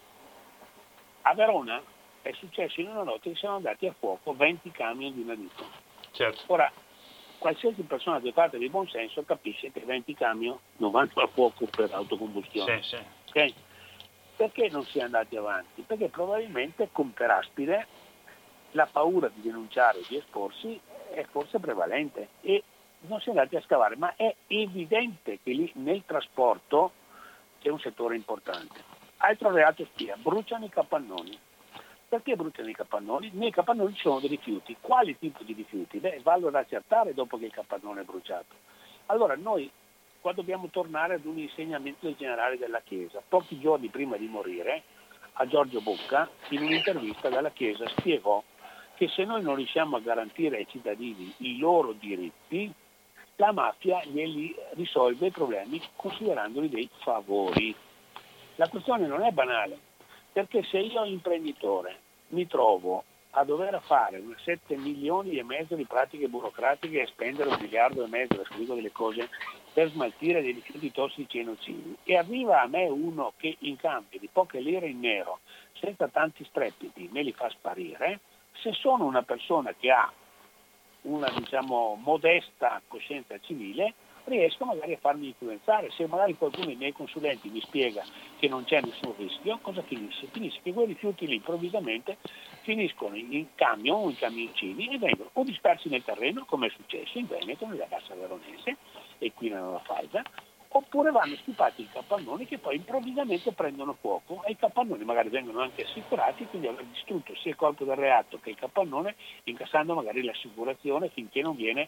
A Verona è successo in una notte che siano andati a fuoco 20 camion di una ditta. Certo. Ora, qualsiasi persona dotata di buon senso capisce che 20 camion non vanno a fuoco per autocombustione. Sì. Okay? Perché non si è andati avanti? Perché probabilmente con Peraspide la paura di denunciare o di esporsi è forse prevalente e non si è andati a scavare, ma è evidente che lì nel trasporto c'è un settore importante. Altro reato spia, bruciano i capannoni. Perché bruciano i capannoni? Nei capannoni ci sono dei rifiuti. Quali tipi di rifiuti? Vanno ad accertare dopo che il capannone è bruciato. Allora noi qua dobbiamo tornare ad un insegnamento generale della Chiesa. Pochi giorni prima di morire, a Giorgio Bocca, in un'intervista dalla Chiesa, spiegò che se noi non riusciamo a garantire ai cittadini i loro diritti, la mafia glieli risolve i problemi considerandoli dei favori. La questione non è banale, perché se io imprenditore mi trovo a dover fare 7 milioni e mezzo di pratiche burocratiche e spendere 1,5 miliardi, adesso dico delle cose, per smaltire dei rifiuti tossici e nocivi, e arriva a me uno che in cambio di poche lire in nero, senza tanti strepiti, me li fa sparire, se sono una persona che ha una modesta coscienza civile, riesco magari a farmi influenzare. Se magari qualcuno dei miei consulenti mi spiega che non c'è nessun rischio, cosa finisce? Finisce che quei rifiuti lì improvvisamente finiscono in camion o in camioncini e vengono o dispersi nel terreno, come è successo in Veneto, nella Cassa Veronese, e qui nella Falda, oppure vanno stipati i capannoni che poi improvvisamente prendono fuoco e i capannoni magari vengono anche assicurati, quindi aver distrutto sia il corpo del reato che il capannone, incassando magari l'assicurazione finché non viene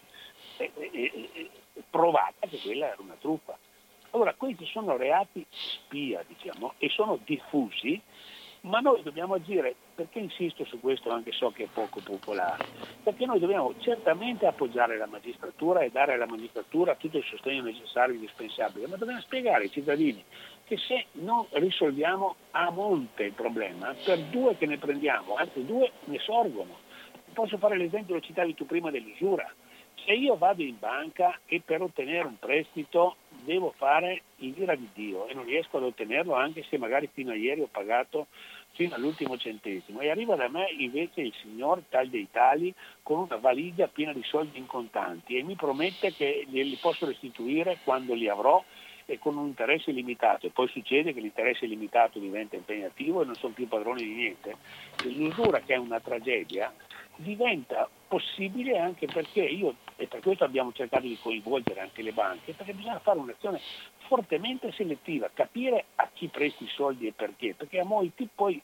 provata che quella era una truffa. Allora questi sono reati spia, e sono diffusi, ma noi dobbiamo agire. Perché insisto su questo, anche so che è poco popolare? Perché noi dobbiamo certamente appoggiare la magistratura e dare alla magistratura tutto il sostegno necessario e indispensabile, ma dobbiamo spiegare ai cittadini che se non risolviamo a monte il problema, per 2 che ne prendiamo, altri 2 ne sorgono. Posso fare l'esempio, lo citavi tu prima, dell'usura. Se io vado in banca e per ottenere un prestito devo fare l'ira di Dio e non riesco ad ottenerlo, anche se magari fino a ieri ho pagato fino all'ultimo centesimo, e arriva da me invece il signor tal dei tali con una valigia piena di soldi in contanti e mi promette che li posso restituire quando li avrò e con un interesse limitato, e poi succede che l'interesse limitato diventa impegnativo e non sono più padroni di niente. L'usura, che è una tragedia, diventa possibile anche perché e per questo abbiamo cercato di coinvolgere anche le banche, perché bisogna fare un'azione fortemente selettiva, capire a chi presti i soldi e perché a molti poi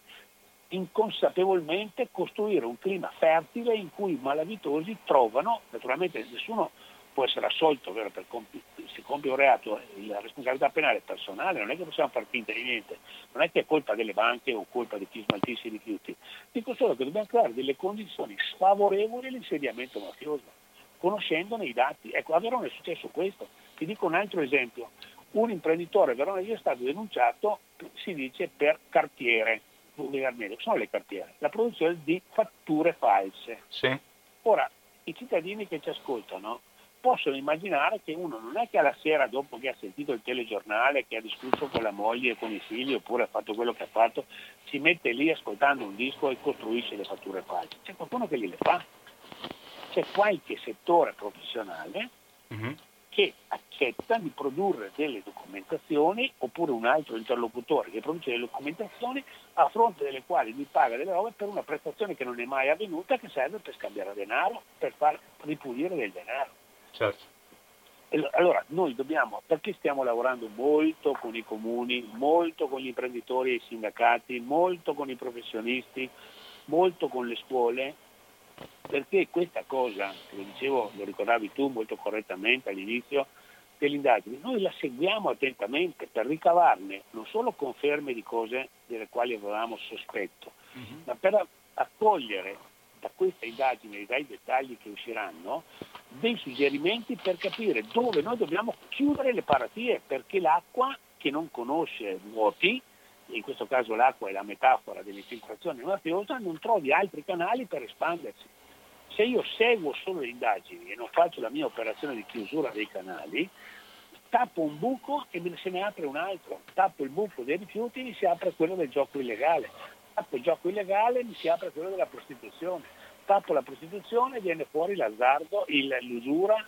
inconsapevolmente costruire un clima fertile in cui i malavitosi trovano, naturalmente nessuno può essere assolto, vero, se compie un reato la responsabilità penale è personale, non è che possiamo far finta di niente, non è che è colpa delle banche o colpa di chi smaltisce i rifiuti, dico solo che dobbiamo creare delle condizioni sfavorevoli all'insediamento mafioso, conoscendone i dati. Ecco, a Verona è successo questo. Ti dico un altro esempio: un imprenditore a Verona è stato denunciato, si dice, per cartiere, sono le cartiere, la produzione di fatture false. Sì. Ora, i cittadini che ci ascoltano possono immaginare che uno non è che alla sera, dopo che ha sentito il telegiornale, che ha discusso con la moglie e con i figli, oppure ha fatto quello che ha fatto, si mette lì ascoltando un disco e costruisce le fatture false. C'è qualcuno che gliele fa. C'è qualche settore professionale che accetta di produrre delle documentazioni, oppure un altro interlocutore che produce delle documentazioni a fronte delle quali mi paga delle robe per una prestazione che non è mai avvenuta, che serve per scambiare denaro, per far ripulire del denaro. Certo. Allora noi perché stiamo lavorando molto con i comuni, molto con gli imprenditori e i sindacati, molto con i professionisti, molto con le scuole, perché questa cosa, lo dicevo, lo ricordavi tu molto correttamente all'inizio dell'indagine, noi la seguiamo attentamente per ricavarne non solo conferme di cose delle quali avevamo sospetto, ma per accogliere da questa indagine e dai dettagli che usciranno dei suggerimenti per capire dove noi dobbiamo chiudere le paratie, perché l'acqua che non conosce vuoti, in questo caso l'acqua è la metafora dell'infiltrazione mafiosa, non trovi altri canali per espandersi. Se io seguo solo le indagini e non faccio la mia operazione di chiusura dei canali, tappo un buco e se ne apre un altro, tappo il buco dei rifiuti e mi si apre quello del gioco illegale, tappo il gioco illegale e mi si apre quello della prostituzione, tappo la prostituzione e viene fuori l'azzardo, l'usura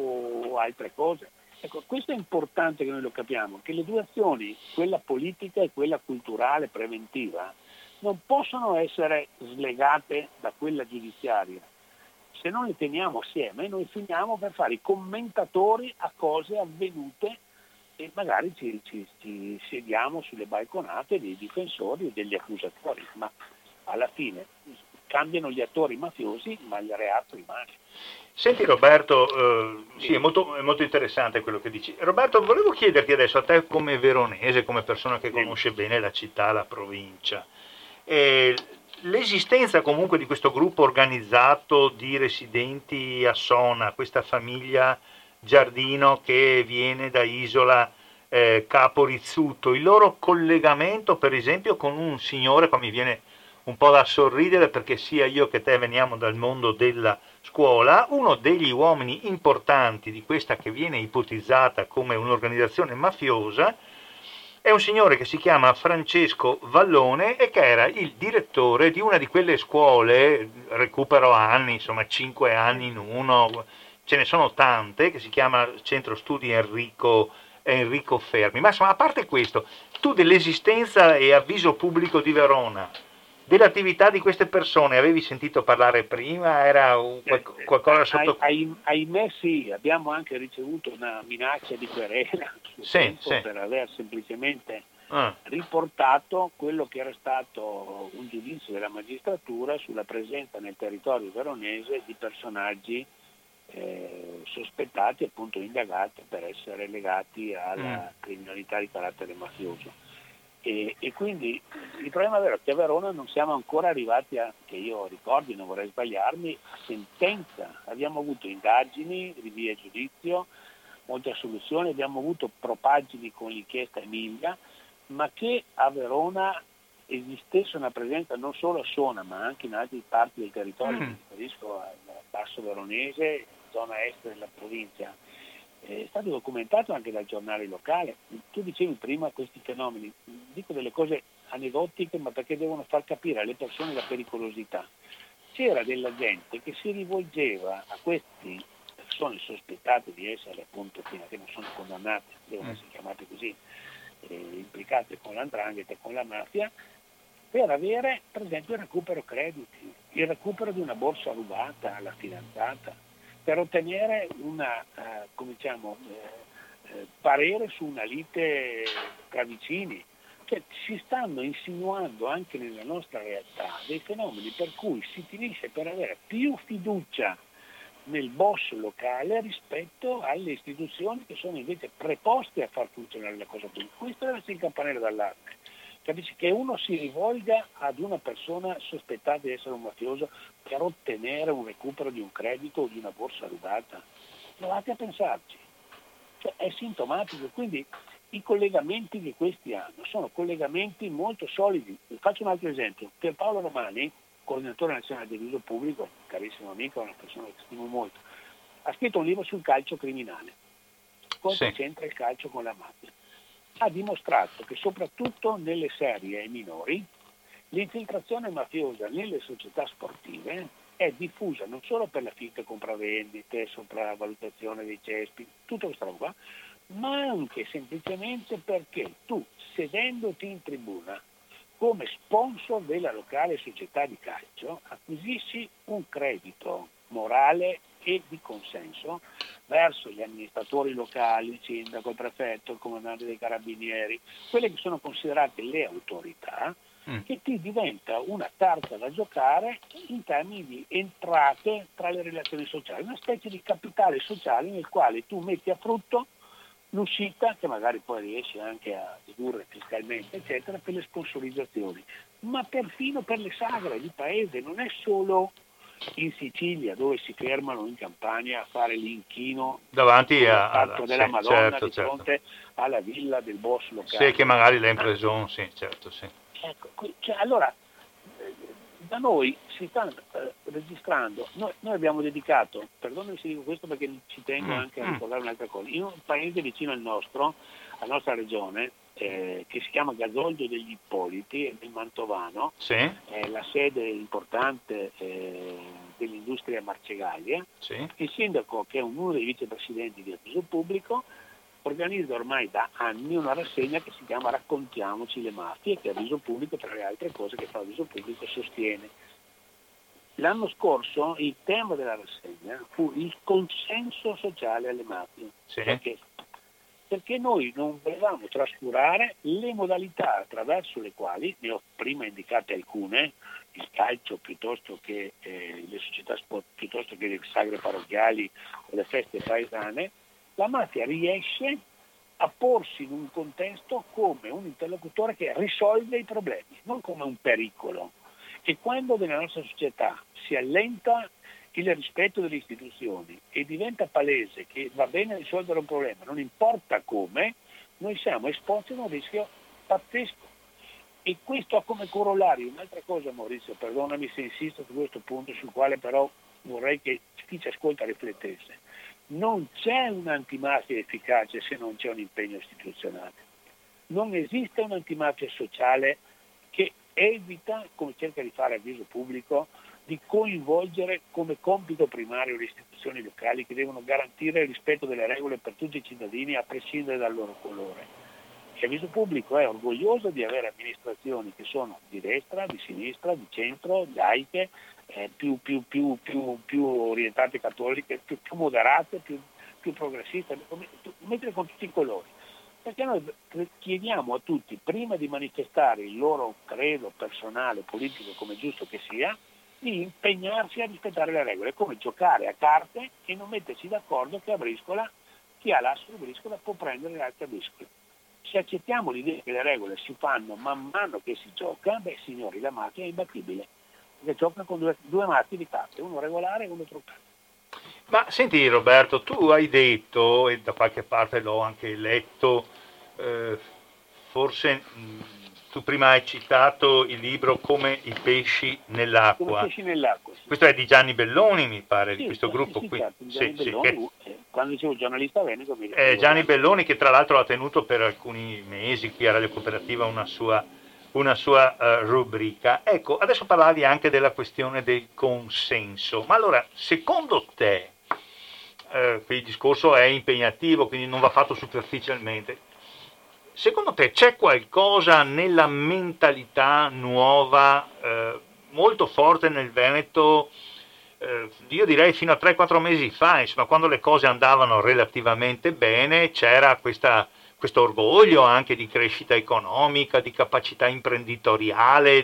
o altre cose. Ecco, questo è importante che noi lo capiamo, che le due azioni, quella politica e quella culturale preventiva, non possono essere slegate da quella giudiziaria. Se non le teniamo assieme, noi finiamo per fare i commentatori a cose avvenute e magari ci sediamo sulle balconate dei difensori e degli accusatori. Ma alla fine cambiano gli attori mafiosi, ma il reato rimane. Senti Roberto, sì, è molto interessante quello che dici. Roberto, volevo chiederti adesso a te come veronese, come persona che conosce bene la città, la provincia, eh, l'esistenza comunque di questo gruppo organizzato di residenti a Sona, questa famiglia Giardino che viene da Isola Capo Rizzuto, il loro collegamento per esempio con un signore, qua mi viene un po' da sorridere perché sia io che te veniamo dal mondo della scuola, uno degli uomini importanti di questa che viene ipotizzata come un'organizzazione mafiosa è un signore che si chiama Francesco Vallone e che era il direttore di una di quelle scuole, recupero anni, insomma 5 anni in uno, ce ne sono tante, che si chiama Centro Studi Enrico Fermi. Ma insomma, a parte questo, tu dell'esistenza e avviso pubblico di Verona, dell'attività di queste persone, avevi sentito parlare prima? Era qualcosa sotto... Ahimè sì, abbiamo anche ricevuto una minaccia di querela per aver semplicemente riportato quello che era stato un giudizio della magistratura sulla presenza nel territorio veronese di personaggi sospettati, appunto indagati per essere legati alla criminalità di carattere mafioso. E quindi il problema è vero che a Verona non siamo ancora arrivati che io ricordi, non vorrei sbagliarmi, a sentenza. Abbiamo avuto indagini, rinvii a giudizio, molte assoluzioni, abbiamo avuto propaggini con l'inchiesta Emilia, ma che a Verona esistesse una presenza non solo a Sona ma anche in altre parti del territorio, mi riferisco al Basso Veronese, zona est della provincia. È stato documentato anche dal giornale locale. Tu dicevi prima questi fenomeni, dico delle cose aneddotiche ma perché devono far capire alle persone la pericolosità. C'era della gente che si rivolgeva a queste persone sospettate di essere, appunto, fino a che non sono condannate, devono essere chiamate così, implicate con l''ndrangheta e con la mafia, per avere per esempio il recupero crediti, il recupero di una borsa rubata alla fidanzata, per ottenere parere su una lite tra vicini. Cioè, si stanno insinuando anche nella nostra realtà dei fenomeni per cui si finisce per avere più fiducia nel boss locale rispetto alle istituzioni che sono invece preposte a far funzionare la cosa pubblica. Questo deve essere il campanello d'allarme. Capisci? Che uno si rivolga ad una persona sospettata di essere un mafioso per ottenere un recupero di un credito o di una borsa rubata. Provate a pensarci. Cioè, è sintomatico, quindi i collegamenti che questi hanno sono collegamenti molto solidi. Faccio un altro esempio. Pierpaolo Romani, coordinatore nazionale del uso pubblico, carissimo amico, una persona che stimo molto, ha scritto un libro sul calcio criminale. Cosa c'entra il calcio con la mafia? Ha dimostrato che soprattutto nelle serie minori l'infiltrazione mafiosa nelle società sportive è diffusa non solo per la fitte compravendite, sopravvalutazione dei cespi, tutta questa roba qua, ma anche semplicemente perché tu, sedendoti in tribuna come sponsor della locale società di calcio, acquisisci un credito morale e di consenso verso gli amministratori locali, il sindaco, il prefetto, il comandante dei carabinieri, quelle che sono considerate le autorità, che ti diventa una carta da giocare in termini di entrate tra le relazioni sociali, una specie di capitale sociale nel quale tu metti a frutto l'uscita, che magari poi riesci anche a dedurre fiscalmente, eccetera, per le sponsorizzazioni, ma perfino per le sagre di paese. Non è solo in Sicilia dove si fermano in Campania a fare l'inchino davanti al della Madonna, certo, di fronte alla villa del boss locale. Sì, che magari l'ha impreso, sì, certo, sì. Ecco, cioè, allora da noi si sta registrando, noi abbiamo dedicato, perdonami se dico questo perché ci tengo anche a ricordare un'altra cosa, in un paese vicino al nostro, alla nostra regione, che si chiama Gasoldo degli Ippoliti, è del Mantovano, è la sede importante dell'industria Marcegaglia. Il sindaco, che è uno dei vicepresidenti di Avviso Pubblico, organizza ormai da anni una rassegna che si chiama Raccontiamoci le mafie, che Avviso Pubblico, tra le altre cose che fa Avviso Pubblico, sostiene. L'anno scorso il tema della rassegna fu il consenso sociale alle mafie, perché perché noi non volevamo trascurare le modalità attraverso le quali, ne ho prima indicate alcune, il calcio piuttosto che le società sport, piuttosto che le sagre parrocchiali o le feste paesane, la mafia riesce a porsi in un contesto come un interlocutore che risolve i problemi, non come un pericolo. E quando nella nostra società si allenta il rispetto delle istituzioni e diventa palese che va bene risolvere un problema, non importa come, noi siamo esposti a un rischio pazzesco. E questo ha come corollario un'altra cosa, Maurizio, perdonami se insisto su questo punto, sul quale però vorrei che chi ci ascolta riflettesse. Non c'è un'antimafia efficace se non c'è un impegno istituzionale. Non esiste un'antimafia sociale che evita, come cerca di fare Avviso Pubblico, di coinvolgere come compito primario le istituzioni locali che devono garantire il rispetto delle regole per tutti i cittadini a prescindere dal loro colore. E Avviso Pubblico è orgoglioso di avere amministrazioni che sono di destra, di sinistra, di centro, laiche, più orientate cattoliche, più moderate, più progressiste, mettere con tutti i colori. Perché noi chiediamo a tutti, prima di manifestare il loro credo personale, politico, come giusto che sia, di impegnarsi a rispettare le regole, come giocare a carte e non mettersi d'accordo che a briscola chi ha l'asso di briscola può prendere l'altra briscola. Se accettiamo l'idea che le regole si fanno man mano che si gioca, signori, la mafia è imbattibile, perché gioca con due mazzi di carte, uno regolare e uno truccato. Ma senti Roberto, tu hai detto, e da qualche parte l'ho anche letto, forse tu prima hai citato il libro Come i pesci Come nell'acqua. pesci nell'acqua, sì. Questo è di Gianni Belloni, mi pare, di Sì, questo gruppo sì, qui. certo, Sì, Gianni sì, Belloni, quando dicevo giornalista veneto mi riferivo Gianni Belloni che tra l'altro ha tenuto per alcuni mesi qui a Radio Cooperativa una sua rubrica. Ecco, adesso parlavi anche della questione del consenso, ma allora, secondo te, qui il discorso è impegnativo, quindi non va fatto superficialmente, secondo te c'è qualcosa nella mentalità nuova, molto forte nel Veneto, io direi fino a 3-4 mesi fa, insomma, quando le cose andavano relativamente bene, c'era questo orgoglio anche di crescita economica, di capacità imprenditoriale,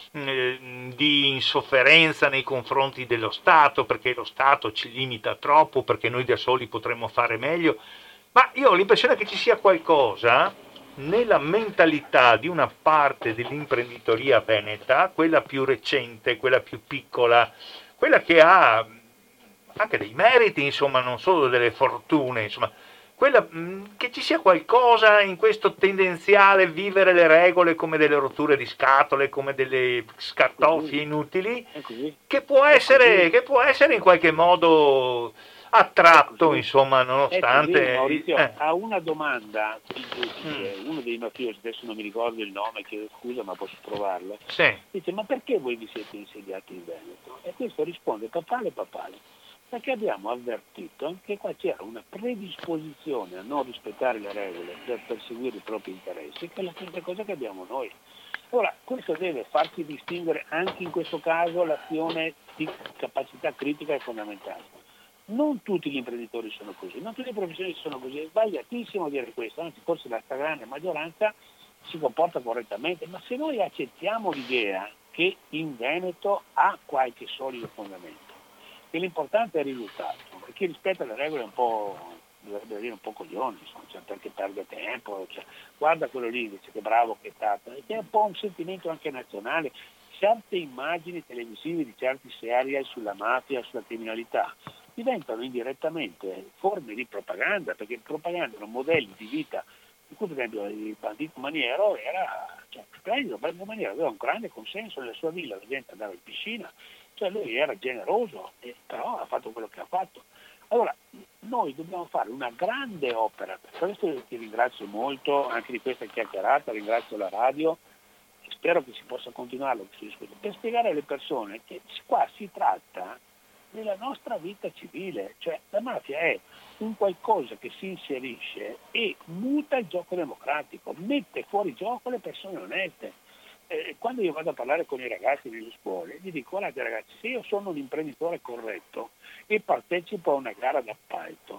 di insofferenza nei confronti dello Stato, perché lo Stato ci limita troppo, perché noi da soli potremmo fare meglio. Ma io ho l'impressione che ci sia qualcosa nella mentalità di una parte dell'imprenditoria veneta, quella più recente, quella più piccola, quella che ha anche dei meriti, insomma, non solo delle fortune, insomma, quella, che ci sia qualcosa in questo tendenziale vivere le regole come delle rotture di scatole, come delle scartoffie inutili, che può essere in qualche modo attratto, insomma, nonostante... Maurizio, a una domanda il giudice, uno dei mafiosi, adesso non mi ricordo il nome, chiedo scusa ma posso trovarlo, sì. Dice ma perché voi vi siete insediati in Veneto? E questo risponde papale, perché abbiamo avvertito che qua c'era una predisposizione a non rispettare le regole per perseguire i propri interessi, che è la stessa cosa che abbiamo noi. Ora, questo deve farci distinguere anche in questo caso l'azione di capacità critica è fondamentale. Non tutti gli imprenditori sono così, non tutti i professionisti sono così, è sbagliatissimo dire questo, anzi forse la stragrande maggioranza si comporta correttamente, ma se noi accettiamo l'idea che in Veneto ha qualche solido fondamento, che l'importante è il risultato, e chi rispetta le regole è un po', dovrebbe dire un po' coglione, insomma, cioè, perché perde tempo, cioè, guarda quello lì, dice che bravo che è stato, e che è un po' un sentimento anche nazionale, certe immagini televisive di certi serial sulla mafia, sulla criminalità, diventano indirettamente forme di propaganda, perché propagandano modelli di vita, in cui per esempio il bandito Maniero era splendido, Bandito Maniero aveva un grande consenso nella sua villa, la gente andava in piscina, cioè lui era generoso, però ha fatto quello che ha fatto. Allora, noi dobbiamo fare una grande opera, per questo ti ringrazio molto anche di questa chiacchierata, ringrazio la radio, spero che si possa continuare per spiegare alle persone che qua si tratta nella nostra vita civile, cioè la mafia è un qualcosa che si inserisce e muta il gioco democratico, mette fuori gioco le persone oneste. Quando io vado a parlare con i ragazzi nelle scuole, gli dico guardate ragazzi, se io sono un imprenditore corretto e partecipo a una gara d'appalto,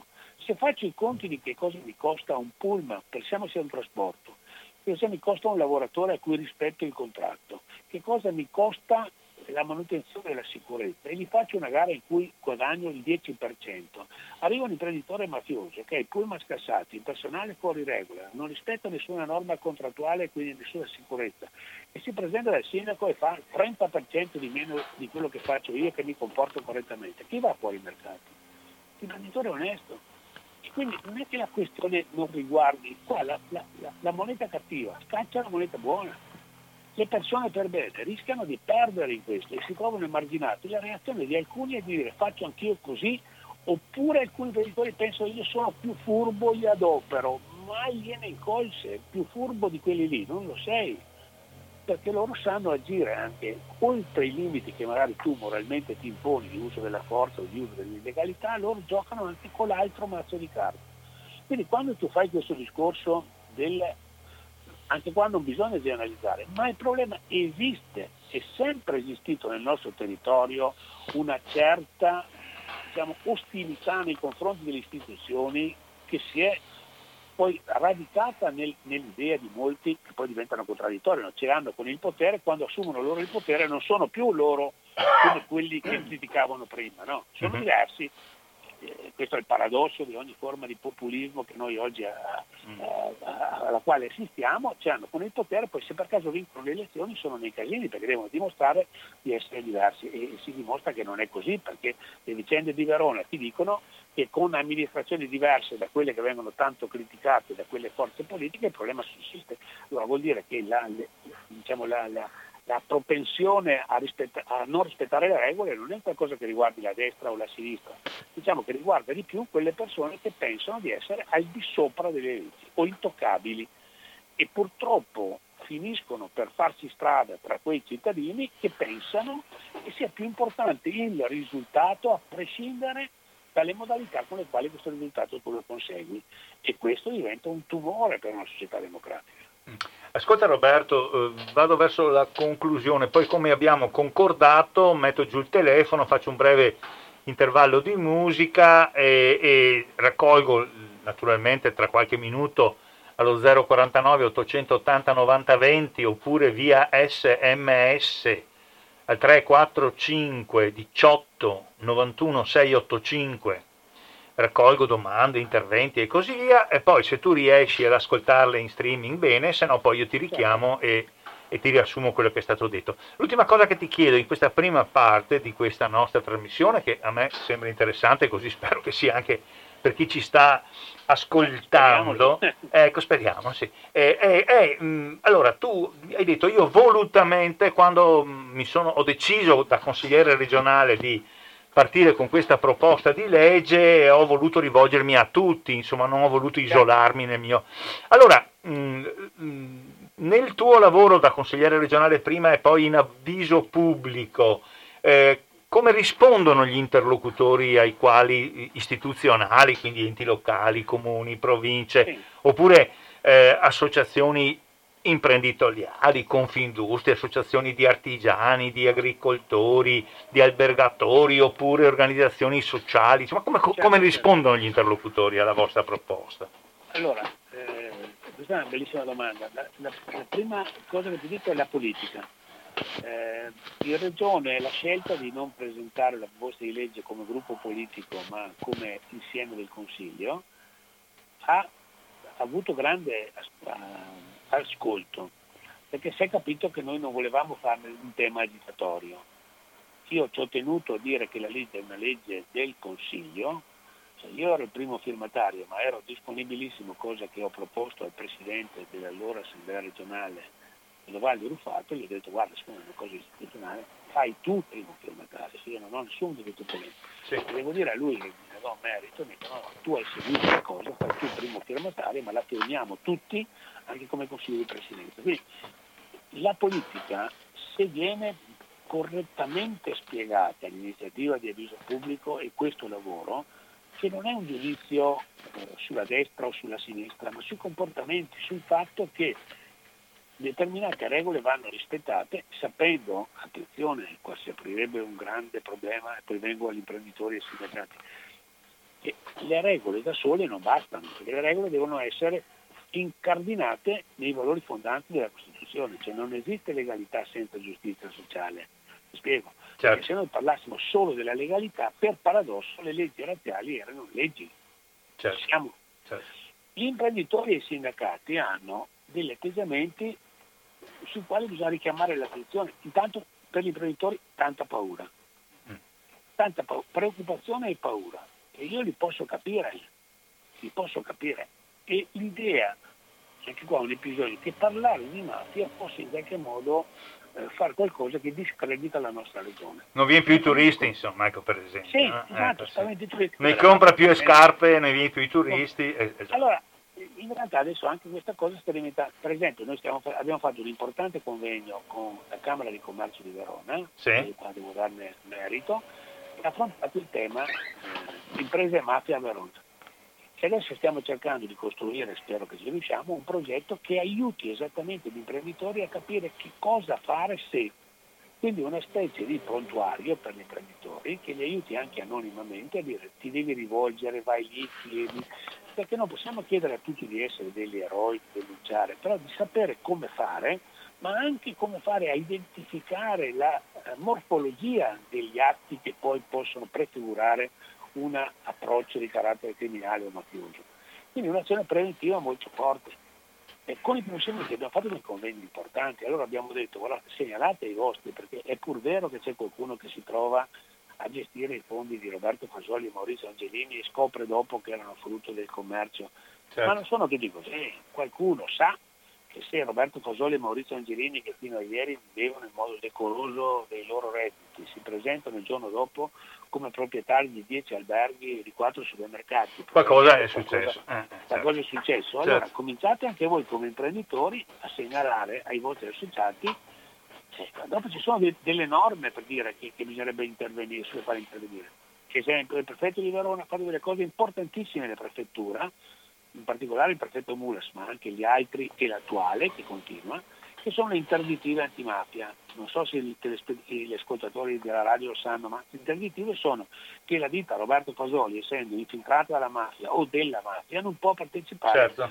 Se faccio i conti di che cosa mi costa un pullman, pensiamo sia un trasporto, che cosa mi costa un lavoratore a cui rispetto il contratto, che cosa mi costa la manutenzione della sicurezza, e gli faccio una gara in cui guadagno il 10%. Arriva un imprenditore mafioso che ha i pullman scassati, il personale fuori regola, non rispetta nessuna norma contrattuale e quindi nessuna sicurezza, e si presenta dal sindaco e fa il 30% di meno di quello che faccio io, che mi comporto correttamente. Chi va fuori mercato? L'imprenditore onesto. E quindi non è che la questione non riguardi, qua la moneta cattiva scaccia la moneta buona. Le persone per bene rischiano di perdere in questo e si trovano emarginati. La reazione di alcuni è di dire faccio anch'io così, oppure alcuni imprenditori pensano io sono più furbo, gli adopero, mai viene in colse, più furbo di quelli lì, non lo sei, perché loro sanno agire anche oltre i limiti che magari tu moralmente ti imponi di uso della forza o di uso dell'illegalità, loro giocano anche con l'altro mazzo di carte. Quindi quando tu fai questo discorso anche qua non bisogna generalizzare, ma il problema esiste, è sempre esistito nel nostro territorio una certa, diciamo, ostilità nei confronti delle istituzioni che si è poi radicata nell'idea di molti che poi diventano contraddittori, no? Ce l'hanno con il potere, quando assumono loro il potere non sono più loro come quelli che criticavano prima, no? Sono diversi. Questo è il paradosso di ogni forma di populismo che noi oggi alla quale assistiamo, ce l'hanno con il potere, poi se per caso vincono le elezioni sono nei casini perché devono dimostrare di essere diversi, e si dimostra che non è così, perché le vicende di Verona ti dicono che con amministrazioni diverse da quelle che vengono tanto criticate da quelle forze politiche il problema sussiste. Allora vuol dire che la propensione a non rispettare le regole non è qualcosa che riguardi la destra o la sinistra, diciamo che riguarda di più quelle persone che pensano di essere al di sopra delle leggi o intoccabili, e purtroppo finiscono per farsi strada tra quei cittadini che pensano che sia più importante il risultato a prescindere dalle modalità con le quali questo risultato tu lo consegui, e questo diventa un tumore per una società democratica. Ascolta Roberto, vado verso la conclusione, poi come abbiamo concordato metto giù il telefono, faccio un breve intervallo di musica e raccolgo naturalmente tra qualche minuto allo 049 880 90 20 oppure via SMS al 345 18 91 685. Raccolgo domande, interventi e così via, e poi se tu riesci ad ascoltarle in streaming bene, se no poi io ti richiamo e ti riassumo quello che è stato detto. L'ultima cosa che ti chiedo in questa prima parte di questa nostra trasmissione, che a me sembra interessante, così spero che sia anche per chi ci sta ascoltando, ecco, speriamo, sì. Allora, tu hai detto, io volutamente, quando ho deciso da consigliere regionale di partire con questa proposta di legge, ho voluto rivolgermi a tutti, insomma, non ho voluto isolarmi nel mio. Allora, nel tuo lavoro da consigliere regionale prima e poi in avviso pubblico, come rispondono gli interlocutori ai quali istituzionali, quindi enti locali, comuni, province, oppure associazioni imprenditoriali, Confindustria, associazioni di artigiani, di agricoltori, di albergatori oppure organizzazioni sociali, insomma come rispondono gli interlocutori alla vostra proposta? Allora, questa è una bellissima domanda. La prima cosa che ti dico è la politica. In Regione la scelta di non presentare la proposta di legge come gruppo politico ma come insieme del Consiglio ha avuto grande ascolto, perché si è capito che noi non volevamo farne un tema agitatorio. Io ci ho tenuto a dire che la legge è una legge del Consiglio, cioè io ero il primo firmatario ma ero disponibilissimo, cosa che ho proposto al Presidente dell'allora Assemblea regionale Valdi Rufato, gli ho detto guarda, siccome è una cosa istituzionale fai tu il primo firmatario, io non ho nessun diritto politico. Sì. Devo dire a lui che mi do merito, mi dico no, tu hai seguito la cosa, fai tu il primo firmatario, ma la firmiamo tutti anche come Consiglio di Presidenza. Quindi la politica, se viene correttamente spiegata l'iniziativa di avviso pubblico e questo lavoro, che non è un giudizio sulla destra o sulla sinistra, ma sui comportamenti, sul fatto che determinate regole vanno rispettate, sapendo, attenzione, qua si aprirebbe un grande problema, e poi vengo agli imprenditori e ai sindacati, E le regole da sole non bastano, perché le regole devono essere incardinate nei valori fondanti della Costituzione, cioè non esiste legalità senza giustizia sociale. Mi spiego? Certo. Perché se noi parlassimo solo della legalità, per paradosso le leggi razziali erano leggi. Certo. Gli imprenditori e i sindacati hanno degli atteggiamenti sui quali bisogna richiamare l'attenzione. Intanto per gli imprenditori tanta paura, preoccupazione e paura. E io li posso capire. E l'idea, anche qua un episodio, che parlare di mafia possa in qualche modo fare qualcosa che discredita la nostra regione. Non viene più i turisti, insomma, ecco, per esempio. Sì, esatto, sì. turisti. Ne compra più le scarpe, ne viene più i turisti. Esatto. Allora, in realtà adesso anche questa cosa sta diventando, per esempio noi abbiamo fatto un importante convegno con la Camera di Commercio di Verona, sì. qua devo darne merito, e ha affrontato il tema imprese e mafia a Verona. E adesso stiamo cercando di costruire, spero che ci riusciamo, un progetto che aiuti esattamente gli imprenditori a capire che cosa fare se. Quindi una specie di prontuario per gli imprenditori che li aiuti anche anonimamente a dire ti devi rivolgere, vai lì, chiedi, perché non possiamo chiedere a tutti di essere degli eroi, di denunciare, però di sapere come fare, ma anche come fare a identificare la morfologia degli atti che poi possono prefigurare un approccio di carattere criminale o mafioso. Quindi un'azione preventiva molto forte. E con i pensioni che abbiamo fatto dei convegni importanti, allora abbiamo detto guardate, segnalate i vostri, perché è pur vero che c'è qualcuno che si trova a gestire i fondi di Roberto Fasoli e Maurizio Angelini e scopre dopo che erano frutto del commercio. Certo. Ma non sono tutti così, qualcuno sa che se Roberto Fasoli e Maurizio Angelini, che fino a ieri vivevano in modo decoroso dei loro redditi, si presentano il giorno dopo come proprietari di 10 alberghi e di 4 supermercati. Qualcosa è successo. Qualcosa è successo. Allora certo. Cominciate anche voi come imprenditori a segnalare ai vostri associati. Dopo ci sono delle norme per dire che bisognerebbe intervenire, sulle fare intervenire. Per esempio il prefetto di Verona ha fatto delle cose importantissime nella prefettura, in particolare il prefetto Mulas, ma anche gli altri e l'attuale che continua, che sono le interdittive antimafia. Non so se gli ascoltatori della radio lo sanno, ma le interdittive sono che la ditta Roberto Fasoli, essendo infiltrata dalla mafia o della mafia, non può partecipare certo.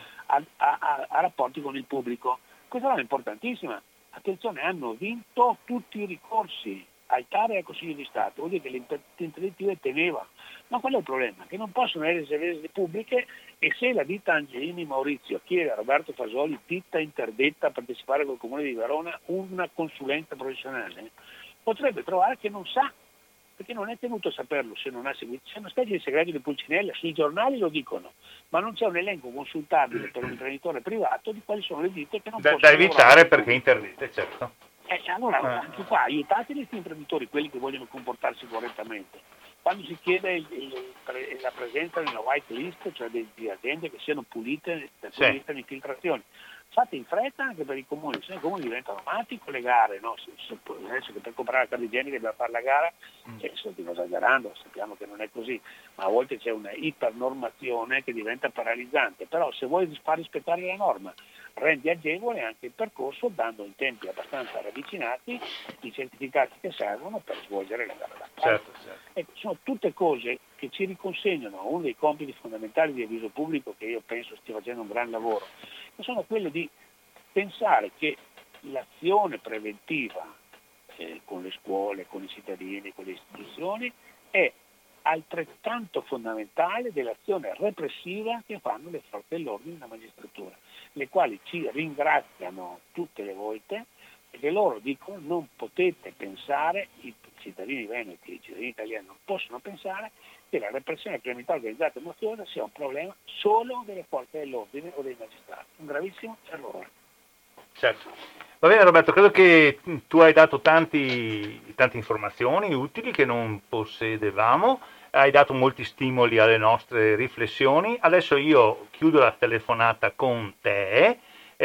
a rapporti con il pubblico. Questa è importantissima. Attenzione, hanno vinto tutti i ricorsi al TAR e al Consiglio di Stato, vuol dire che le interdittive tenevano. Ma qual è il problema? Che non possono essere rese pubbliche, e se la ditta Angelini Maurizio chiede a Roberto Fasoli, ditta interdetta, a partecipare col Comune di Verona, una consulenza professionale, potrebbe trovare che non sa, perché non è tenuto a saperlo se non ha seguito. C'è una specie di segreto di Pulcinella, sui giornali lo dicono, ma non c'è un elenco consultabile per un imprenditore privato di quali sono le ditte che non possono da evitare perché interdette, certo. Allora, anche qua, aiutate questi imprenditori, quelli che vogliono comportarsi correttamente. Quando si chiede la presenza nella white list, cioè di aziende che siano pulite da punto di vista di infiltrazioni, fate in fretta anche per i comuni, se i comuni diventano matti con le gare, no? Adesso che per comprare la carta igienica dobbiamo fare la gara, stiamo esagerando, sappiamo che non è così, ma a volte c'è una ipernormazione che diventa paralizzante, però se vuoi far rispettare la norma, rendi agevole anche il percorso dando in tempi abbastanza ravvicinati i certificati che servono per svolgere la gara d'appalto. Certo. Ecco, sono tutte cose che ci riconsegnano uno dei compiti fondamentali di Avviso Pubblico, che io penso stia facendo un gran lavoro, che sono quelli di pensare che l'azione preventiva con le scuole, con i cittadini, con le istituzioni è altrettanto fondamentale dell'azione repressiva che fanno le forze dell'ordine e la magistratura, le quali ci ringraziano tutte le volte, perché loro dicono non potete pensare, i cittadini veneti, i cittadini italiani non possono pensare che la repressione della criminalità organizzata e mafiosa sia un problema solo delle forze dell'ordine o dei magistrati. Un gravissimo errore. Certo. Va bene Roberto, credo che tu hai dato tante informazioni utili che non possedevamo, hai dato molti stimoli alle nostre riflessioni. Adesso io chiudo la telefonata con te,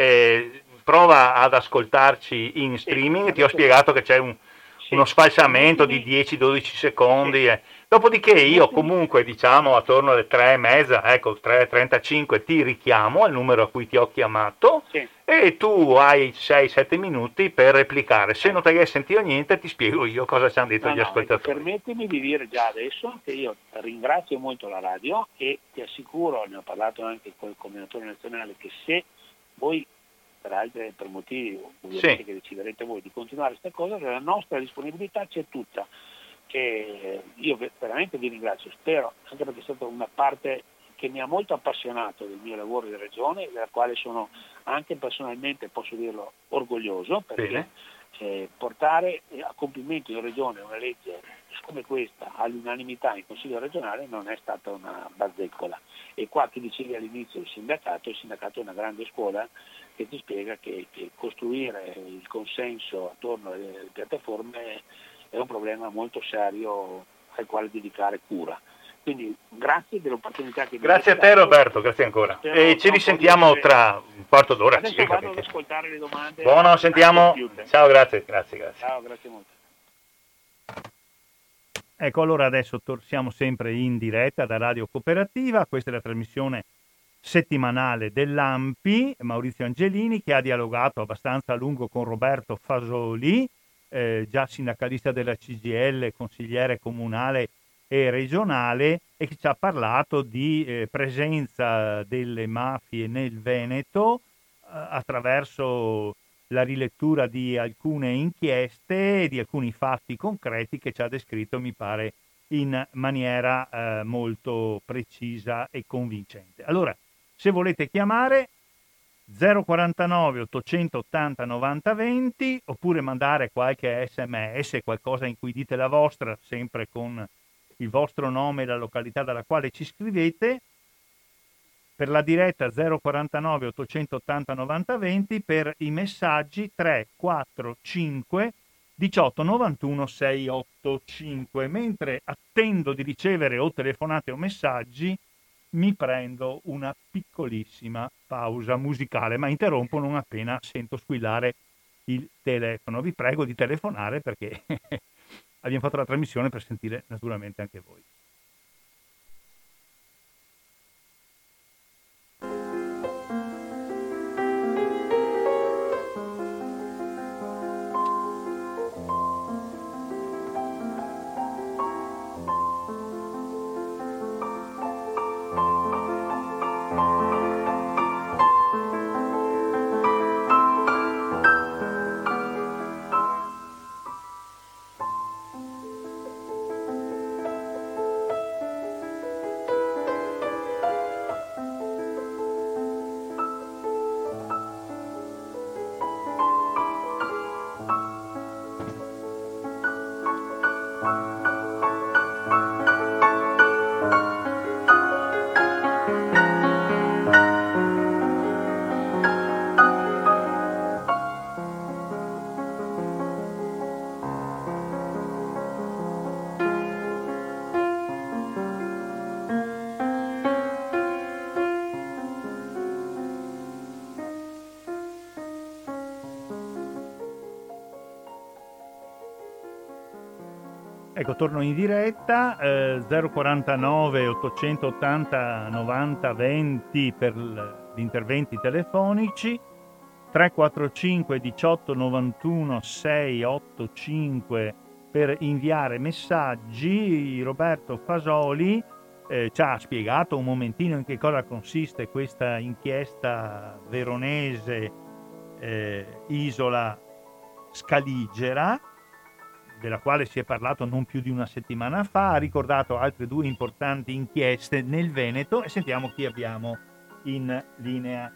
prova ad ascoltarci in streaming, ti ho spiegato che c'è uno sfalsamento di 10-12 secondi, Dopodiché io comunque, diciamo, attorno alle 3:30, ecco, 3:35 ti richiamo al numero a cui ti ho chiamato, Sì. e tu hai 6-7 minuti per replicare. Se non ti hai sentito niente, ti spiego io cosa ci hanno detto gli ascoltatori. Permettimi di dire già adesso che io ringrazio molto la radio e ti assicuro, ne ho parlato anche con il commentatore nazionale, che se voi per motivi ovviamente che deciderete voi di continuare questa cosa, la nostra disponibilità c'è tutta. Che io veramente vi ringrazio, spero, anche perché è stata una parte che mi ha molto appassionato del mio lavoro di regione, della quale sono anche personalmente, posso dirlo, orgoglioso, perché portare a compimento in regione una legge come questa all'unanimità in Consiglio regionale non è stata una bazzeccola. E qua tu dicevi all'inizio il sindacato è una grande scuola che ti spiega che costruire il consenso attorno alle piattaforme è un problema molto serio al quale dedicare cura. Quindi grazie dell'opportunità che mi date. Grazie a te Roberto, grazie ancora. E ci risentiamo tra un quarto d'ora. Adesso circa. vado ad ascoltare le domande. Buono, sentiamo. Ciao, grazie. Ciao, grazie molto. Ecco, allora adesso siamo sempre in diretta da Radio Cooperativa, questa è la trasmissione settimanale dell'ANPI, Maurizio Angelini che ha dialogato abbastanza a lungo con Roberto Fasoli, già sindacalista della CGIL, consigliere comunale e regionale, e che ci ha parlato di presenza delle mafie nel Veneto attraverso la rilettura di alcune inchieste, di alcuni fatti concreti che ci ha descritto, mi pare, in maniera molto precisa e convincente. Allora, se volete chiamare 049 880 90 20 oppure mandare qualche sms, qualcosa in cui dite la vostra, sempre con il vostro nome e la località dalla quale ci scrivete, per la diretta 049 880 90 20, per i messaggi 345 18 91 685. Mentre attendo di ricevere o telefonate o messaggi, mi prendo una piccolissima pausa musicale, ma interrompo non appena sento squillare il telefono. Vi prego di telefonare perché abbiamo fatto la trasmissione per sentire naturalmente anche voi. Ecco, torno in diretta, 049 880 90 20 per gli interventi telefonici, 345 18 91 685 per inviare messaggi. Roberto Fasoli ci ha spiegato un momentino in che cosa consiste questa inchiesta veronese Isola Scaligera, della quale si è parlato non più di una settimana fa, ha ricordato altre due importanti inchieste nel Veneto e sentiamo chi abbiamo in linea.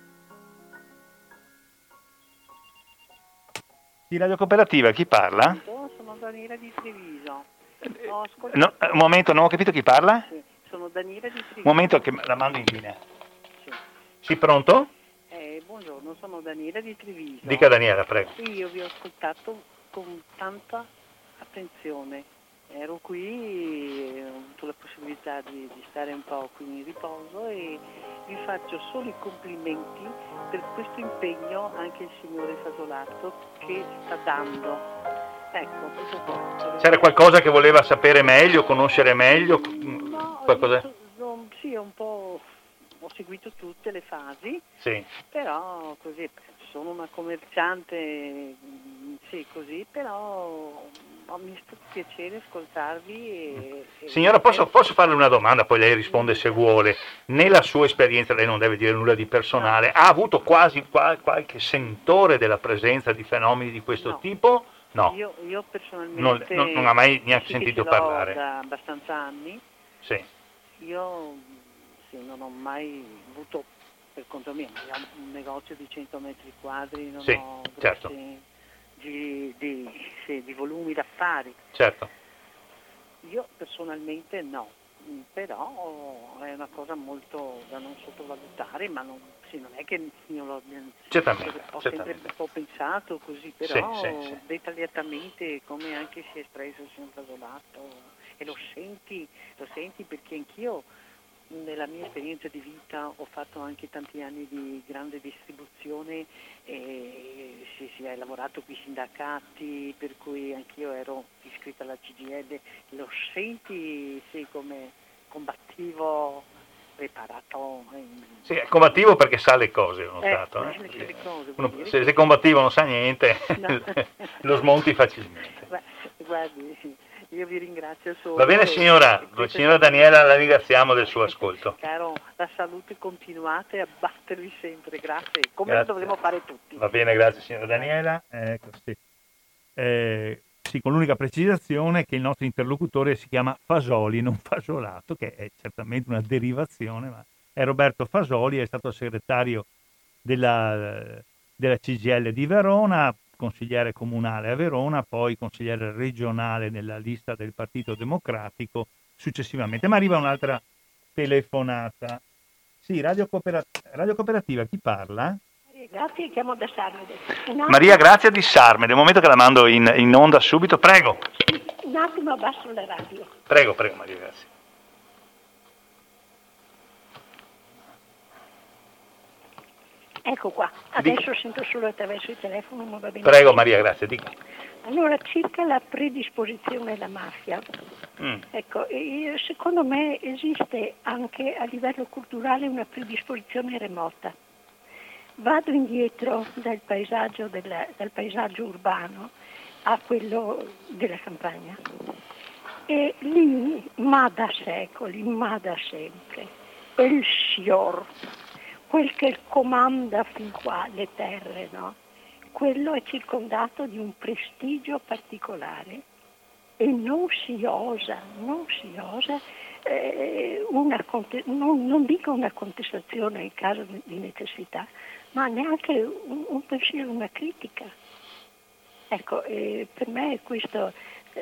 Di Radio Cooperativa, chi parla? Sono Daniela di Treviso. No, un momento, non ho capito chi parla? Sì, sono Daniela di Treviso. Un momento che la mando in linea. Sì, pronto? Buongiorno, sono Daniela di Treviso. Dica Daniela, prego. Io vi ho ascoltato con tanta attenzione. Ero qui, ho avuto la possibilità di stare un po' qui in riposo e vi faccio solo i complimenti per questo impegno anche il signore Fasolato che sta dando Ecco, tutto qua. C'era qualcosa che voleva sapere meglio, conoscere meglio? No, Qualcosa? sì, un po'. Ho seguito tutte le fasi, Sì. però così, sono una commerciante, sì, così, però mi è stato piacere ascoltarvi. Signora, posso farle una domanda, poi lei risponde se vuole. Nella sua esperienza, lei non deve dire nulla di personale, ha avuto quasi qualche sentore della presenza di fenomeni di questo tipo? No. Io personalmente non ha mai neanche sì, che sentito ce l'ho parlare? da abbastanza anni. Sì. Io non ho mai avuto per conto mio, un negozio di 100 metri quadri, non ho certo. grossi di volumi d'affari. Certo. Io personalmente no, però è una cosa molto da non sottovalutare, ma non è che io ho sempre un po' pensato così, però sì. dettagliatamente come anche si è espresso il signor Casolato, e lo senti perché anch'io nella mia esperienza di vita ho fatto anche tanti anni di grande distribuzione e si è lavorato qui sindacati, per cui anch'io ero iscritta alla CGIL, lo senti come combattivo, preparato. Sì, è combattivo perché sa le cose, ho notato. Le cose, Se è combattivo non sa niente, no. lo smonti facilmente. Guardi, io vi ringrazio solo. Va bene signora Daniela, la ringraziamo del suo ascolto. Caro, la salute, continuate a battervi sempre, grazie, come lo dovremo fare tutti. Va bene, grazie signora Daniela. Ecco, sì. Sì, con l'unica precisazione che il nostro interlocutore si chiama Fasoli, non Fasolato, che è certamente una derivazione, ma è Roberto Fasoli, è stato segretario della CGIL di Verona, consigliere comunale a Verona, poi consigliere regionale nella lista del Partito Democratico successivamente. Ma arriva un'altra telefonata. Sì, Radio Cooperativa, chi parla? Grazie, chiamo da Sarmede. Maria Grazia di Sarmede, un momento che la mando in onda subito, prego. Un attimo abbasso la radio. Prego Maria Grazia. Ecco qua, adesso sento solo attraverso il telefono, ma va bene. Prego Maria Grazia, dica. Allora, circa la predisposizione alla mafia, ecco, secondo me esiste anche a livello culturale una predisposizione remota. Vado indietro dal paesaggio urbano a quello della campagna e lì, ma da secoli, ma da sempre, il signor, quel che comanda fin qua le terre, no? Quello è circondato di un prestigio particolare e non si osa non dico una contestazione in caso di necessità, ma neanche un pensiero, una critica. Ecco, per me questo,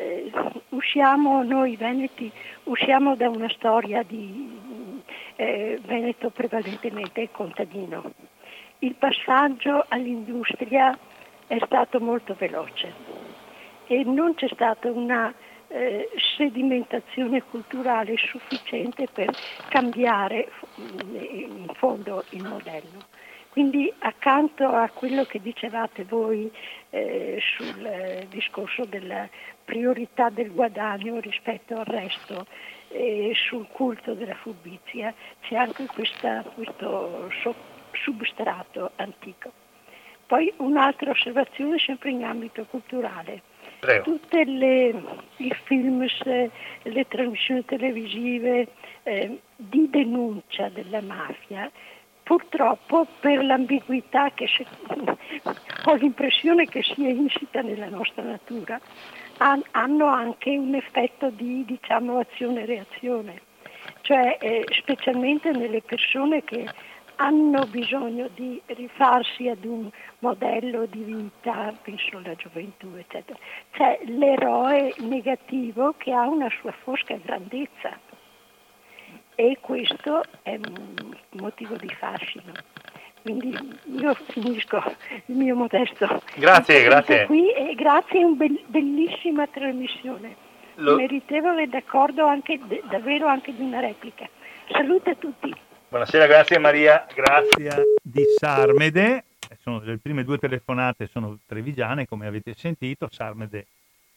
noi veneti, usciamo da una storia di Veneto prevalentemente contadino. Il passaggio all'industria è stato molto veloce e non c'è stata una sedimentazione culturale sufficiente per cambiare in fondo il modello. Quindi accanto a quello che dicevate voi sul discorso della priorità del guadagno rispetto al resto e sul culto della furbizia, c'è anche questo substrato antico. Poi un'altra osservazione sempre in ambito culturale. Prego. Tutte i film, le trasmissioni televisive di denuncia della mafia, purtroppo per l'ambiguità che ho l'impressione che sia insita nella nostra natura, hanno anche un effetto di, azione-reazione, cioè specialmente nelle persone che hanno bisogno di rifarsi ad un modello di vita, penso alla gioventù, eccetera. C'è l'eroe negativo che ha una sua fosca grandezza e questo è un motivo di fascino. Quindi io finisco il mio modesto grazie qui e grazie a una bellissima trasmissione, meritevole d'accordo anche davvero anche di una replica. Salute a tutti. Buonasera, grazie Maria Grazia di Sarmede. Le prime due telefonate sono trevigiane, come avete sentito. Sarmede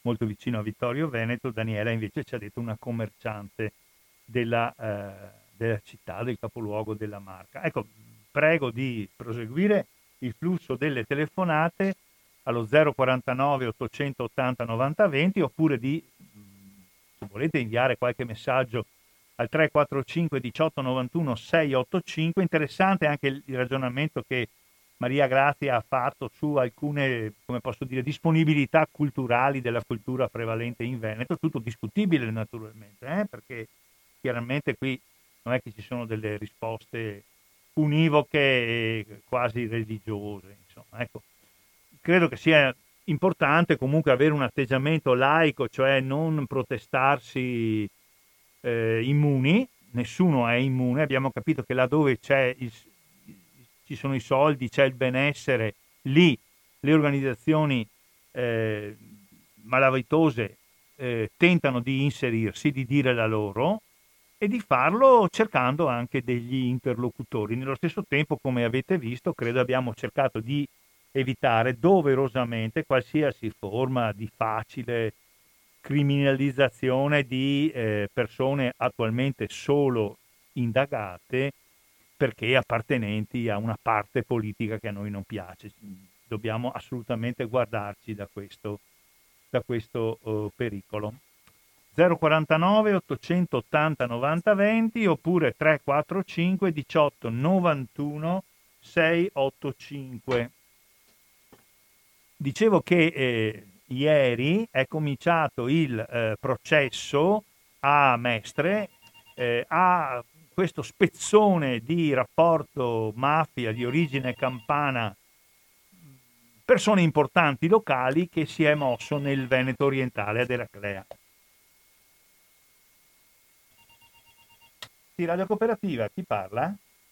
molto vicino a Vittorio Veneto. Daniela invece ci ha detto una commerciante della città, del capoluogo della Marca. Ecco, prego di proseguire il flusso delle telefonate allo 049 880 90 20, oppure di, se volete, inviare qualche messaggio al 345 18 91 685. Interessante anche il ragionamento che Maria Grazia ha fatto su alcune, come posso dire, disponibilità culturali della cultura prevalente in Veneto, tutto discutibile naturalmente, perché chiaramente qui non è che ci sono delle risposte univoche e quasi religiose, insomma, ecco. Credo che sia importante comunque avere un atteggiamento laico, cioè non protestarsi immuni. Nessuno è immune, abbiamo capito che laddove ci sono i soldi, c'è il benessere, lì le organizzazioni malavitose tentano di inserirsi, di dire la loro, e di farlo cercando anche degli interlocutori. Nello stesso tempo, come avete visto, credo abbiamo cercato di evitare doverosamente qualsiasi forma di facile criminalizzazione di persone attualmente solo indagate perché appartenenti a una parte politica che a noi non piace. Dobbiamo assolutamente guardarci da questo pericolo. 049 880 90 20 oppure 345 18 91 685. Dicevo che ieri è cominciato il processo a Mestre, a questo spezzone di rapporto mafia di origine campana, persone importanti locali, che si è mosso nel Veneto orientale ad Eraclea. Sì, Radio Cooperativa, chi parla?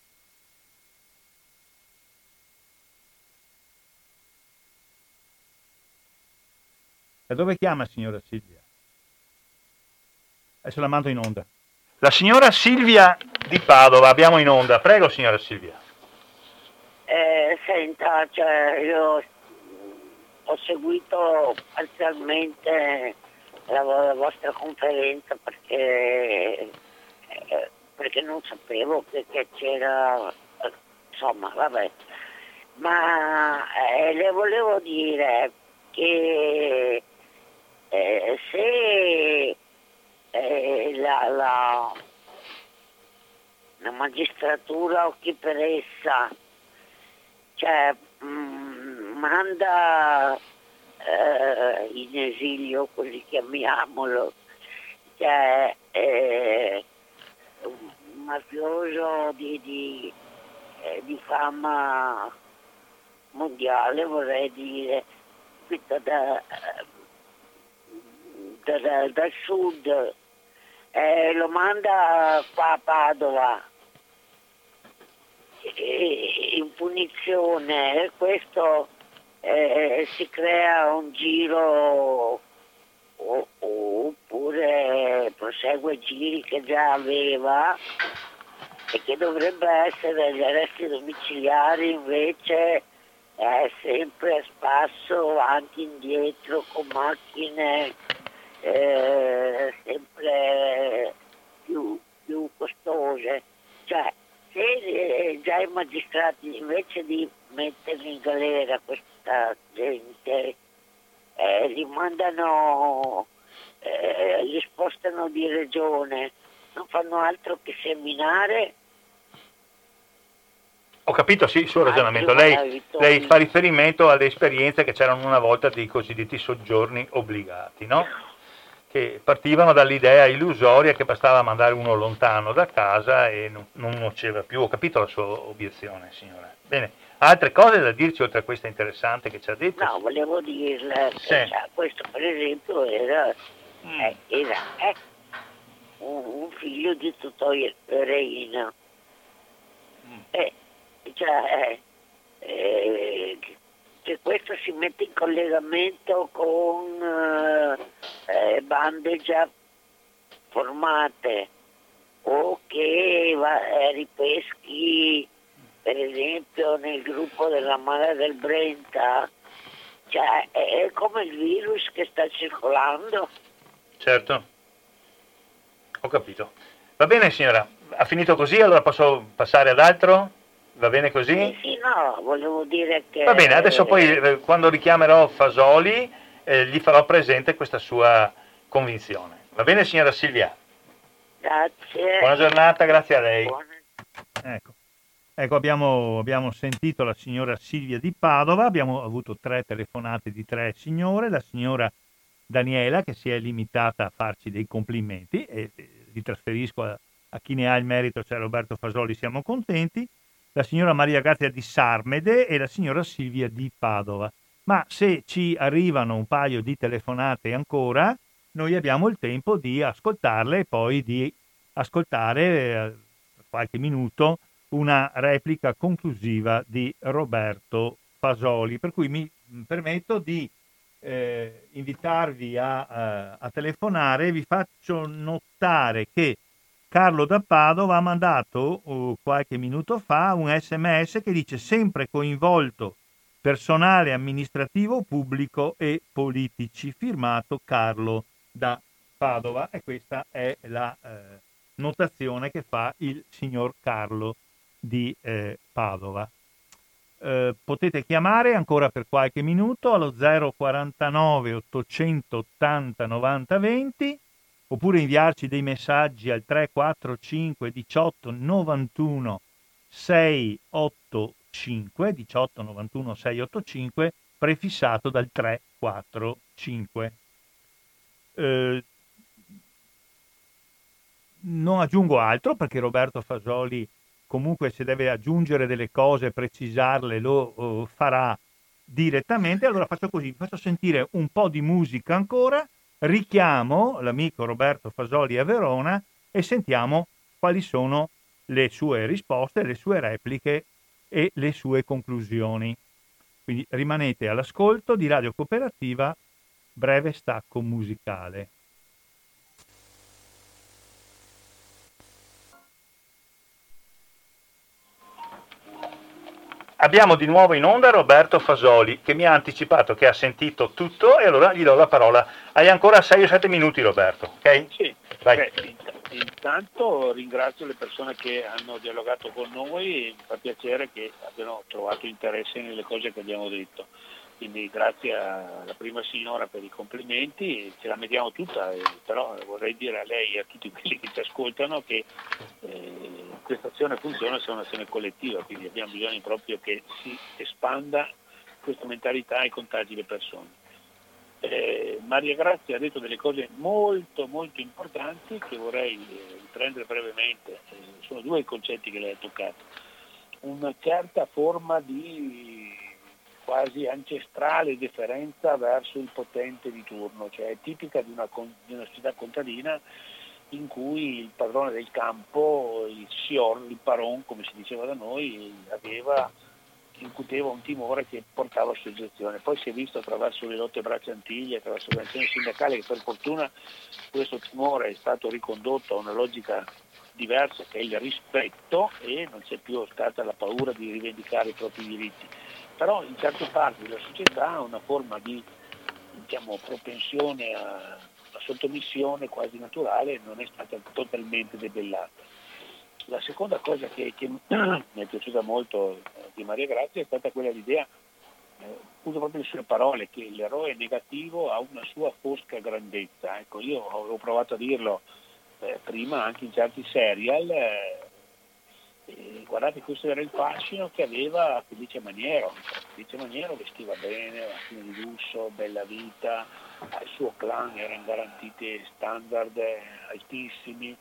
Da dove chiama, signora Silvia? Adesso la mando in onda. La signora Silvia di Padova, abbiamo in onda. Prego, signora Silvia. Senta, cioè, io ho seguito parzialmente la vostra conferenza perché non sapevo che c'era, insomma, vabbè. Ma le volevo dire che se la magistratura o chi per essa, cioè, manda in esilio, così chiamiamolo, cioè un mafioso di fama mondiale, vorrei dire, dal sud, lo manda qua a Padova in punizione. Questo si crea un giro, oppure prosegue giri che già aveva e che dovrebbe essere gli arresti domiciliari, invece è sempre a spasso, avanti e indietro, con macchine sempre più costose. Cioè, se già i magistrati, invece di mettere in galera questa gente, li mandano, li spostano di regione, non fanno altro che seminare. Ho capito, sì, il suo ragionamento. Lei fa riferimento alle esperienze che c'erano una volta dei cosiddetti soggiorni obbligati, no? Che partivano dall'idea illusoria che bastava mandare uno lontano da casa e non nuoceva più. Ho capito la sua obiezione, signora. Bene, altre cose da dirci oltre a questa interessante che ci ha detto? No, volevo dirle che questo per esempio era un figlio di Totò Reina. Cioè, che questo si mette in collegamento con bande già formate, o che ripeschi per esempio nel gruppo della Mala del Brenta Cioè, è come il virus che sta circolando. Certo, ho capito. Va bene signora, ha finito così, allora posso passare ad altro? Va bene così? Sì, no, volevo dire Va bene, adesso poi che... quando richiamerò Fasoli gli farò presente questa sua convinzione. Va bene signora Silvia? Grazie. Buona giornata, grazie a lei. Buona... Ecco, abbiamo sentito la signora Silvia di Padova, abbiamo avuto 3 telefonate di 3 signore, la signora Daniela che si è limitata a farci dei complimenti e li trasferisco a chi ne ha il merito, cioè Roberto Fasoli, siamo contenti, la signora Maria Grazia di Sarmede e la signora Silvia di Padova. Ma se ci arrivano un paio di telefonate ancora, noi abbiamo il tempo di ascoltarle e poi di ascoltare per qualche minuto una replica conclusiva di Roberto Fasoli, per cui mi permetto di invitarvi a telefonare. Vi faccio notare che Carlo da Padova ha mandato qualche minuto fa un SMS che dice sempre coinvolto personale amministrativo pubblico e politici, firmato Carlo da Padova, e questa è la notazione che fa il signor Carlo di Padova. Potete chiamare ancora per qualche minuto allo 049 880 90 20 oppure inviarci dei messaggi al 345 18 91 685 18 91 685 prefissato dal 345. Non aggiungo altro perché Roberto Fasoli comunque se deve aggiungere delle cose, precisarle, lo farà direttamente. Allora faccio così, vi faccio sentire un po' di musica ancora, richiamo l'amico Roberto Fasoli a Verona e sentiamo quali sono le sue risposte, le sue repliche e le sue conclusioni. Quindi rimanete all'ascolto di Radio Cooperativa, breve stacco musicale. Abbiamo di nuovo in onda Roberto Fasoli che mi ha anticipato che ha sentito tutto e allora gli do la parola. Hai ancora 6 o 7 minuti Roberto, ok? Sì, vai. Intanto ringrazio le persone che hanno dialogato con noi e mi fa piacere che abbiano trovato interesse nelle cose che abbiamo detto. Quindi grazie alla prima signora per i complimenti, ce la mettiamo tutta, però vorrei dire a lei e a tutti quelli che ci ascoltano che questa azione funziona se è un'azione collettiva, quindi abbiamo bisogno proprio che si espanda questa mentalità e contagi le persone. Maria Grazia ha detto delle cose molto molto importanti che vorrei riprendere brevemente. Sono 2 i concetti che lei ha toccato. Una certa forma di quasi ancestrale deferenza verso il potente di turno, cioè è tipica di una società contadina in cui il padrone del campo, il sior, il paron, come si diceva da noi, incuteva un timore che portava a soggezione. Poi si è visto attraverso le lotte bracciantiglie, attraverso l'organizzazione sindacale, che per fortuna questo timore è stato ricondotto a una logica diversa che è il rispetto e non c'è più stata la paura di rivendicare i propri diritti. Però in certe parti della società una forma di propensione a sottomissione quasi naturale non è stata totalmente debellata. La seconda cosa che mi è piaciuta molto di Maria Grazia è stata quella l'idea, uso proprio le sue parole, che l'eroe negativo ha una sua fosca grandezza. Ecco, io avevo provato a dirlo prima anche in certi serial, guardate, questo era il fascino che aveva Felice Maniero. Felice Maniero vestiva bene, macchine di lusso, bella vita, al suo clan erano garantiti standard altissimi,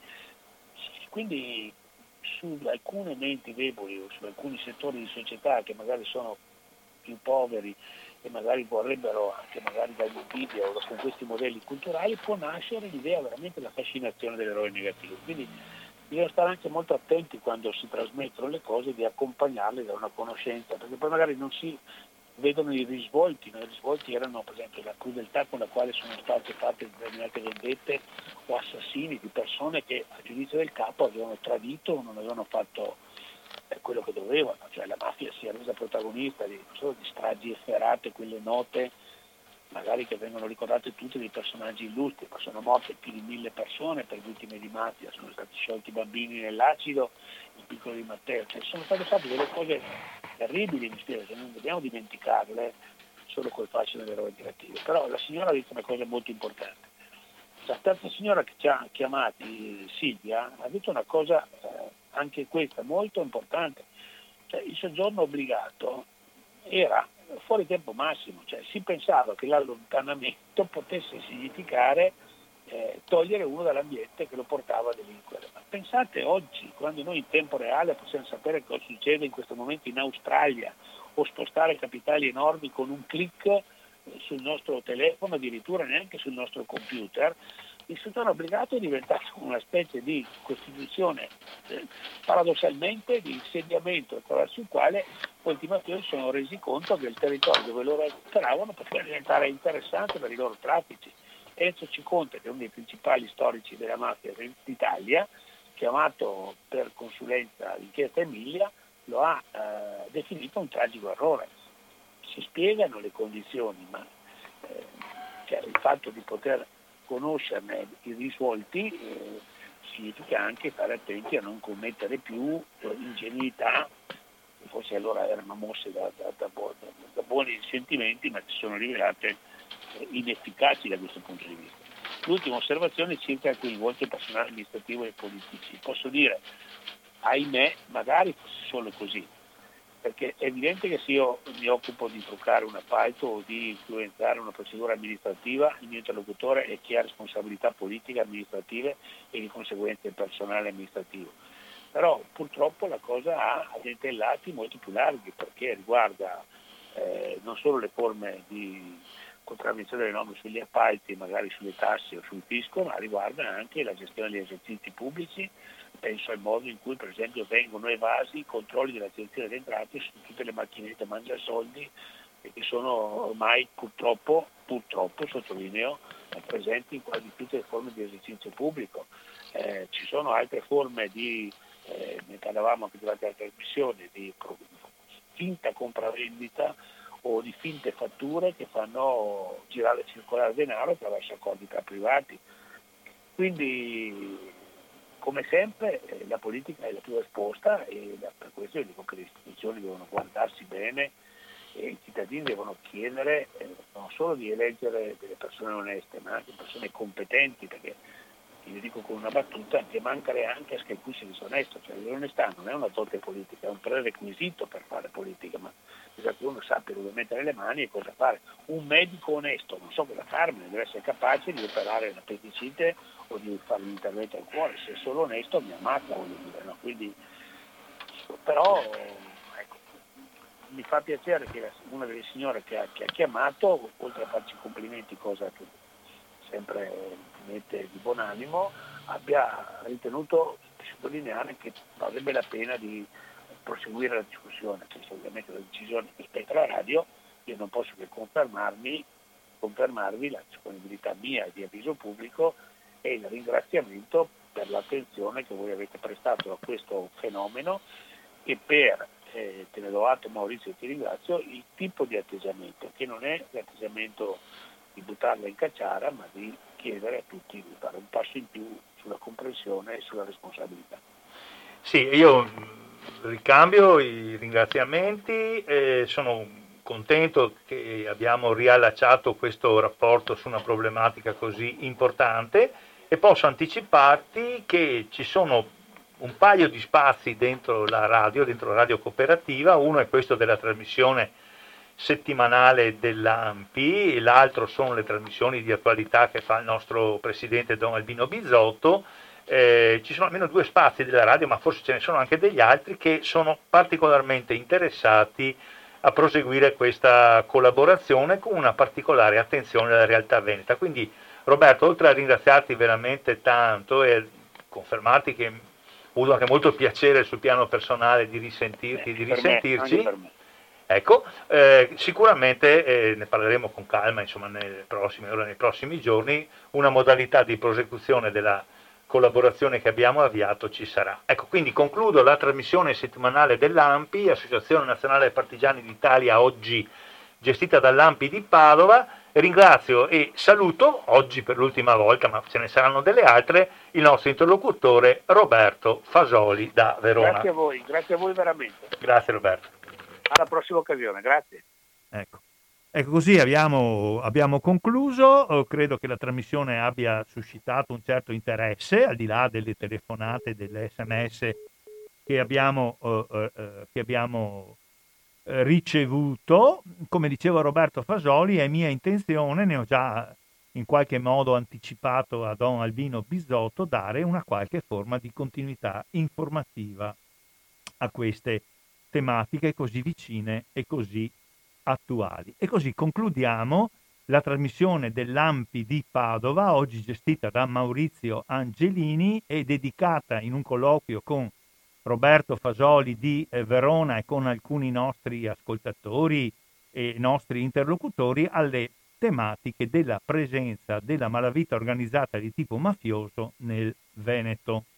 quindi su alcune menti deboli o su alcuni settori di società che magari sono più poveri e magari vorrebbero anche magari dall'invidia o con questi modelli culturali può nascere l'idea veramente della fascinazione dell'eroe negativo. Quindi bisogna stare anche molto attenti quando si trasmettono le cose di accompagnarle da una conoscenza, perché poi magari non si vedono i risvolti. I risvolti erano per esempio la crudeltà con la quale sono state fatte determinate vendette o assassini di persone che a giudizio del capo avevano tradito o non avevano fatto quello che dovevano, cioè la mafia si è resa protagonista di, non solo di stragi efferate, quelle note, magari che vengono ricordate tutte dei personaggi illustri, ma sono morte più di 1000 persone per vittime di mafia, sono stati sciolti bambini nell'acido, il piccolo di Matteo, cioè sono state fatte delle cose terribili, mi spiego, che non dobbiamo dimenticarle solo col facile delle robe negative. Però la signora ha detto una cosa molto importante. La terza signora che ci ha chiamati, Silvia, ha detto una cosa anche questa molto importante, cioè il soggiorno obbligato era fuori tempo massimo, cioè si pensava che l'allontanamento potesse significare togliere uno dall'ambiente che lo portava a delinquere. Ma pensate oggi, quando noi in tempo reale possiamo sapere cosa succede in questo momento in Australia o spostare capitali enormi con un click sul nostro telefono, addirittura neanche sul nostro computer, il soggiorno obbligato è diventato una specie di costituzione paradossalmente di insediamento attraverso il quale poi i mafioni si sono resi conto che il territorio dove loro operavano poteva diventare interessante per i loro traffici. Enzo Ciconte, che è uno dei principali storici della mafia d'Italia, chiamato per consulenza all'inchiesta Emilia, lo ha definito un tragico errore. Si spiegano le condizioni, ma cioè il fatto di poter conoscerne i risvolti significa anche stare attenti a non commettere più ingenuità, forse allora erano mosse da buoni sentimenti, ma si sono rivelate inefficaci da questo punto di vista. L'ultima osservazione circa il coinvolto personale amministrativo e politici. Posso dire, ahimè, magari fosse solo così, perché è evidente che se io mi occupo di truccare un appalto o di influenzare una procedura amministrativa, il mio interlocutore è chi ha responsabilità politiche, amministrative e di conseguenza il personale amministrativo. Però purtroppo la cosa ha dei lati molto più larghi, perché riguarda non solo le forme di contravvenzione delle norme sugli appalti, magari sulle tasse o sul fisco, ma riguarda anche la gestione degli esercizi pubblici. Penso al modo in cui per esempio vengono evasi i controlli dell'Agenzia delle Entrate su tutte le macchinette mangiasoldi che sono ormai purtroppo sottolineo, presenti in quasi tutte le forme di esercizio pubblico. Ci sono altre forme di, ne parlavamo anche durante la trasmissione, di finta compravendita o di finte fatture che fanno girare e circolare denaro attraverso accordi tra privati. Quindi, come sempre, la politica è la più esposta e per questo io dico che le istituzioni devono guardarsi bene e i cittadini devono chiedere non solo di eleggere delle persone oneste, ma anche persone competenti, perché io dico con una battuta che mancare anche a chi sia disonesto, cioè l'onestà non è una dote politica, è un prerequisito per fare politica, ma bisogna che uno sappia dove mettere le mani e cosa fare. Un medico onesto non so cosa farne, deve essere capace di operare l'appendicite o di fare un intervento al cuore, se è solo onesto mi ammazza, voglio dire, no? Quindi, però ecco, mi fa piacere che una delle signore che ha chiamato, oltre a farci complimenti, cosa che sempre mette di buon animo, abbia ritenuto di sottolineare che varrebbe la pena di proseguire la discussione. Questa ovviamente la decisione che spetta alla radio, io non posso che confermarvi la disponibilità mia di avviso pubblico e il ringraziamento per l'attenzione che voi avete prestato a questo fenomeno e per, te ne do atto Maurizio e ti ringrazio, il tipo di atteggiamento, che non è l'atteggiamento di buttarla in cacciara, ma di chiedere a tutti di fare un passo in più sulla comprensione e sulla responsabilità. Sì, io ricambio i ringraziamenti, sono contento che abbiamo riallacciato questo rapporto su una problematica così importante e posso anticiparti che ci sono un paio di spazi dentro Radio Cooperativa, uno è questo della trasmissione settimanale dell'ANPI e l'altro sono le trasmissioni di attualità che fa il nostro presidente Don Albino Bizzotto. Ci sono almeno 2 spazi della radio, ma forse ce ne sono anche degli altri che sono particolarmente interessati a proseguire questa collaborazione con una particolare attenzione alla realtà veneta. Quindi Roberto, oltre a ringraziarti veramente tanto e confermarti che ho avuto anche molto piacere sul piano personale di risentirti e di risentirci, per me. ecco, sicuramente ne parleremo con calma, insomma, nelle prossime ore, nei prossimi giorni, una modalità di prosecuzione della collaborazione che abbiamo avviato ci sarà. Ecco, quindi concludo la trasmissione settimanale dell'ANPI, Associazione Nazionale Partigiani d'Italia, oggi gestita dall'ANPI di Padova. Ringrazio e saluto, oggi per l'ultima volta, ma ce ne saranno delle altre, il nostro interlocutore Roberto Fasoli da Verona. Grazie a voi veramente. Grazie Roberto. Alla prossima occasione, grazie. Ecco, così abbiamo concluso. Credo che la trasmissione abbia suscitato un certo interesse, al di là delle telefonate e delle SMS che abbiamo ricevuto. Come diceva Roberto Fasoli, è mia intenzione, ne ho già in qualche modo anticipato a Don Albino Bisotto, dare una qualche forma di continuità informativa a queste tematiche così vicine e così attuali. E così concludiamo la trasmissione dell'ANPI di Padova, oggi gestita da Maurizio Angelini e dedicata in un colloquio con Roberto Fasoli di Verona e con alcuni nostri ascoltatori e nostri interlocutori alle tematiche della presenza della malavita organizzata di tipo mafioso nel Veneto.